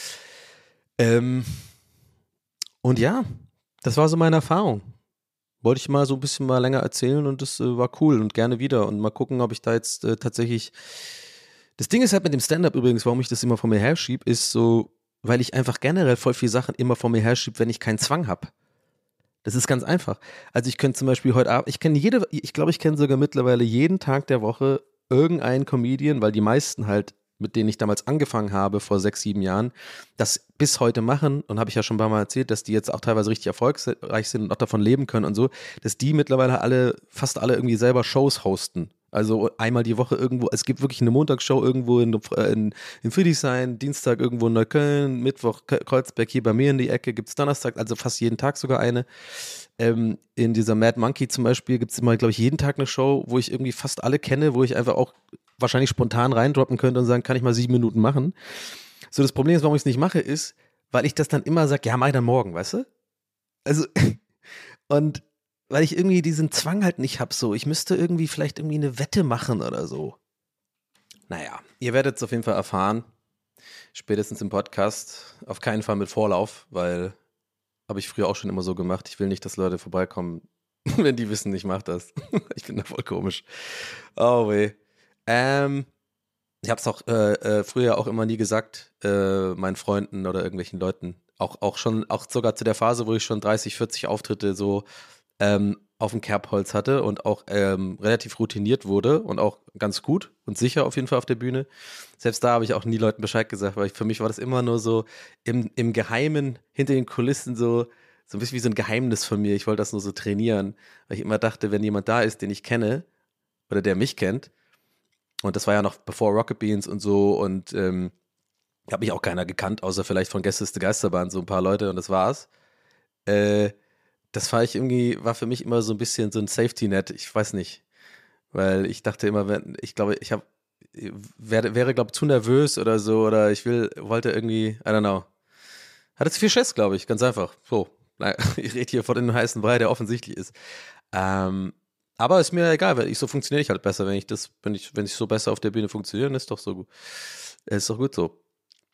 Und ja, das war so meine Erfahrung. Wollte ich mal so ein bisschen mal länger erzählen und das war cool und gerne wieder und mal gucken, ob ich da jetzt tatsächlich. Das Ding ist halt mit dem Stand-Up übrigens, warum ich das immer vor mir herschiebe, ist so, weil ich einfach generell voll viele Sachen immer vor mir herschiebe, wenn ich keinen Zwang habe. Das ist ganz einfach. Also ich könnte zum Beispiel heute Abend, ich glaube, ich kenne sogar mittlerweile jeden Tag der Woche irgendeinen Comedian, weil die meisten halt, mit denen ich damals angefangen habe, vor 6, 7 Jahren, das bis heute machen, und habe ich ja schon ein paar Mal erzählt, dass die jetzt auch teilweise richtig erfolgreich sind und auch davon leben können und so, dass die mittlerweile fast alle irgendwie selber Shows hosten. Also einmal die Woche irgendwo, es gibt wirklich eine Montagshow irgendwo in Friedrichshain, Dienstag irgendwo in Neukölln, Mittwoch Kreuzberg, hier bei mir in die Ecke gibt es Donnerstag, also fast jeden Tag sogar eine. In dieser Mad Monkey zum Beispiel gibt es immer, glaube ich, jeden Tag eine Show, wo ich irgendwie fast alle kenne, wo ich einfach auch wahrscheinlich spontan reindroppen könnte und sagen, kann ich mal 7 Minuten machen. So, das Problem ist, warum ich es nicht mache, ist, weil ich das dann immer sage, ja, mach ich dann morgen, weißt du? Also, und weil ich irgendwie diesen Zwang halt nicht habe, so, ich müsste irgendwie vielleicht irgendwie eine Wette machen oder so. Naja, ihr werdet es auf jeden Fall erfahren, spätestens im Podcast, auf keinen Fall mit Vorlauf, weil habe ich früher auch schon immer so gemacht, ich will nicht, dass Leute vorbeikommen, wenn die wissen, ich mache das. Ich bin da voll komisch. Oh weh. Ich habe es auch früher auch immer nie gesagt, meinen Freunden oder irgendwelchen Leuten. Auch sogar zu der Phase, wo ich schon 30, 40 Auftritte so auf dem Kerbholz hatte und auch relativ routiniert wurde und auch ganz gut und sicher auf jeden Fall auf der Bühne. Selbst da habe ich auch nie Leuten Bescheid gesagt, weil für mich war das immer nur so im Geheimen, hinter den Kulissen so so ein bisschen wie so ein Geheimnis von mir. Ich wollte das nur so trainieren, weil ich immer dachte, wenn jemand da ist, den ich kenne oder der mich kennt, und das war ja noch bevor Rocket Beans und so, und habe mich auch keiner gekannt, außer vielleicht von Gästeliste Geisterbahn, so ein paar Leute, und das war's. Das war für mich immer so ein bisschen so ein Safety-Net, ich weiß nicht, weil ich dachte immer, wäre glaube zu nervös oder so, oder wollte irgendwie, I don't know, hatte zu viel Schiss, glaube ich, ganz einfach, so, ich rede hier vor den heißen Brei, der offensichtlich ist, aber ist mir egal, weil so funktioniere ich halt besser, wenn ich so besser auf der Bühne funktioniere, dann ist doch so gut, ist doch gut so.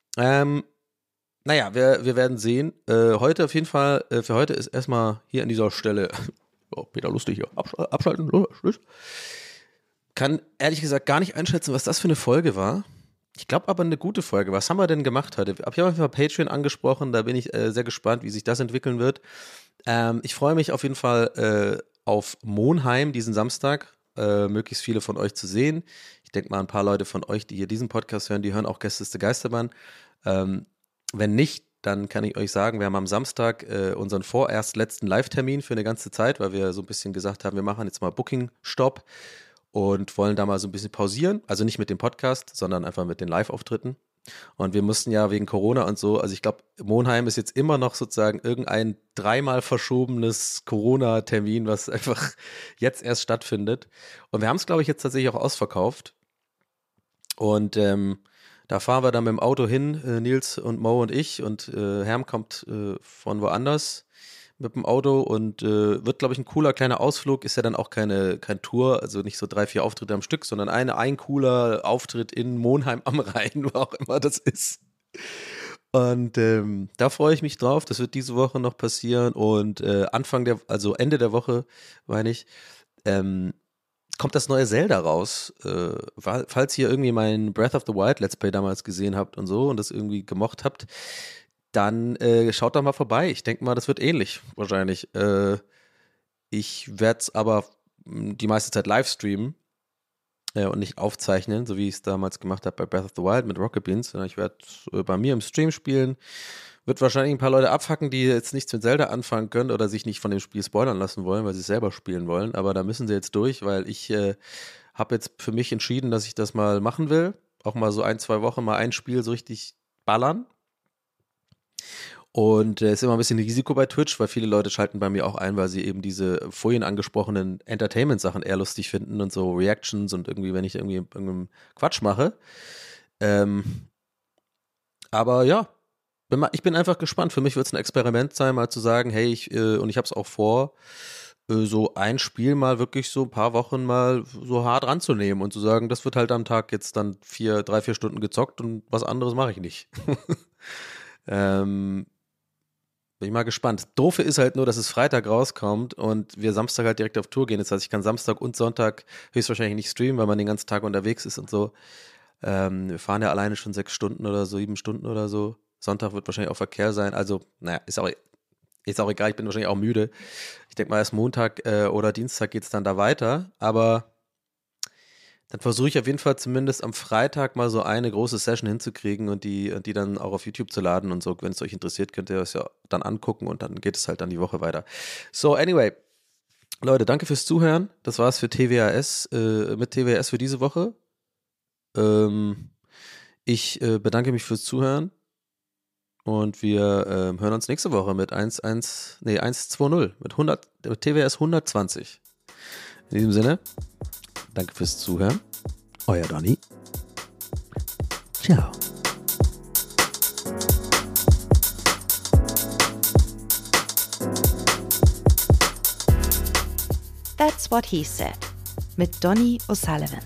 Naja, wir werden sehen. Heute auf jeden Fall, für heute ist erstmal hier an dieser Stelle, Peter Lustig hier, abschalten, Schluss. Kann ehrlich gesagt gar nicht einschätzen, was das für eine Folge war. Ich glaube aber eine gute Folge. Was haben wir denn gemacht heute? Ich habe auf jeden Fall Patreon angesprochen, da bin ich sehr gespannt, wie sich das entwickeln wird. Ich freue mich auf jeden Fall auf Monheim diesen Samstag, möglichst viele von euch zu sehen. Ich denke mal, ein paar Leute von euch, die hier diesen Podcast hören, die hören auch Gästeliste Geisterbahn. Wenn nicht, dann kann ich euch sagen, wir haben am Samstag unseren vorerst letzten Live-Termin für eine ganze Zeit, weil wir so ein bisschen gesagt haben, wir machen jetzt mal Booking-Stopp und wollen da mal so ein bisschen pausieren. Also nicht mit dem Podcast, sondern einfach mit den Live-Auftritten. Und wir mussten ja wegen Corona und so, also ich glaube, Monheim ist jetzt immer noch sozusagen irgendein 3-mal verschobenes Corona-Termin, was einfach jetzt erst stattfindet. Und wir haben es, glaube ich, jetzt tatsächlich auch ausverkauft. Und da fahren wir dann mit dem Auto hin, Nils und Mo und ich, und Herm kommt von woanders mit dem Auto und wird, glaube ich, ein cooler kleiner Ausflug. Ist ja dann auch kein Tour, also nicht so 3-4 Auftritte am Stück, sondern ein cooler Auftritt in Monheim am Rhein, wo auch immer das ist. Und da freue ich mich drauf. Das wird diese Woche noch passieren und Ende der Woche, meine ich, kommt das neue Zelda raus. Falls ihr irgendwie mein Breath of the Wild Let's Play damals gesehen habt und so und das irgendwie gemocht habt, dann schaut doch mal vorbei. Ich denke mal, das wird ähnlich wahrscheinlich. Ich werde es aber die meiste Zeit live streamen und nicht aufzeichnen, so wie ich es damals gemacht habe bei Breath of the Wild mit Rocket Beans. Ich werde bei mir im Stream spielen. Wird wahrscheinlich ein paar Leute abfacken, die jetzt nichts mit Zelda anfangen können oder sich nicht von dem Spiel spoilern lassen wollen, weil sie es selber spielen wollen. Aber da müssen sie jetzt durch, weil ich habe jetzt für mich entschieden, dass ich das mal machen will. Auch mal so 1-2 Wochen mal ein Spiel so richtig ballern. Und es ist immer ein bisschen Risiko bei Twitch, weil viele Leute schalten bei mir auch ein, weil sie eben diese vorhin angesprochenen Entertainment-Sachen eher lustig finden und so Reactions und irgendwie, wenn ich irgendwie irgendeinen Quatsch mache. Aber ja, ich bin einfach gespannt. Für mich wird es ein Experiment sein, mal zu sagen, hey, ich habe es auch vor, so ein Spiel mal wirklich so ein paar Wochen mal so hart ranzunehmen und zu sagen, das wird halt am Tag jetzt dann 3-4 Stunden gezockt und was anderes mache ich nicht. Bin ich mal gespannt. Doofe ist halt nur, dass es Freitag rauskommt und wir Samstag halt direkt auf Tour gehen. Das heißt, ich kann Samstag und Sonntag höchstwahrscheinlich nicht streamen, weil man den ganzen Tag unterwegs ist und so. Wir fahren ja alleine schon 6 Stunden oder so, 7 Stunden oder so. Sonntag wird wahrscheinlich auch Verkehr sein. Also, naja, ist auch egal. Ich bin wahrscheinlich auch müde. Ich denke mal, erst Montag oder Dienstag geht es dann da weiter. Aber dann versuche ich auf jeden Fall zumindest am Freitag mal so eine große Session hinzukriegen und die dann auch auf YouTube zu laden und so. Wenn es euch interessiert, könnt ihr das ja dann angucken und dann geht es halt dann die Woche weiter. So, anyway, Leute, danke fürs Zuhören. Das war's für TWAS, mit TWAS für diese Woche. Ich bedanke mich fürs Zuhören und wir hören uns nächste Woche mit 120, mit TWAS 120. In diesem Sinne, danke fürs Zuhören. Euer Donny. Ciao. That's What He Said mit Donny O'Sullivan.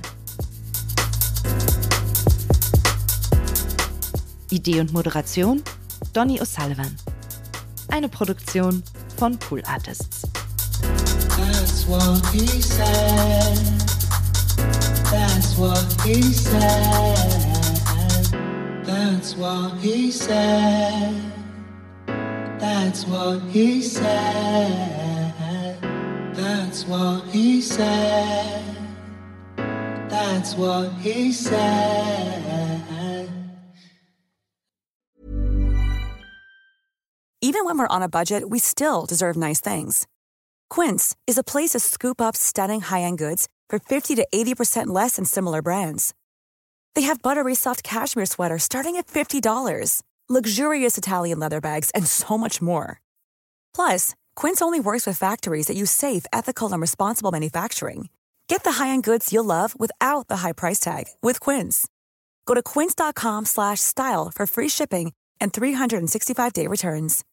Idee und Moderation Donny O'Sullivan. Eine Produktion von Pool Artists. That's what he said. That's what he said. That's what he said. That's what he said. That's what he said. That's what he said. Even when we're on a budget, we still deserve nice things. Quince is a place to scoop up stunning high-end goods for 50 to 80% less than similar brands. They have buttery soft cashmere sweaters starting at $50, luxurious Italian leather bags, and so much more. Plus, Quince only works with factories that use safe, ethical, and responsible manufacturing. Get the high-end goods you'll love without the high price tag with Quince. Go to quince.com/style for free shipping and 365-day returns.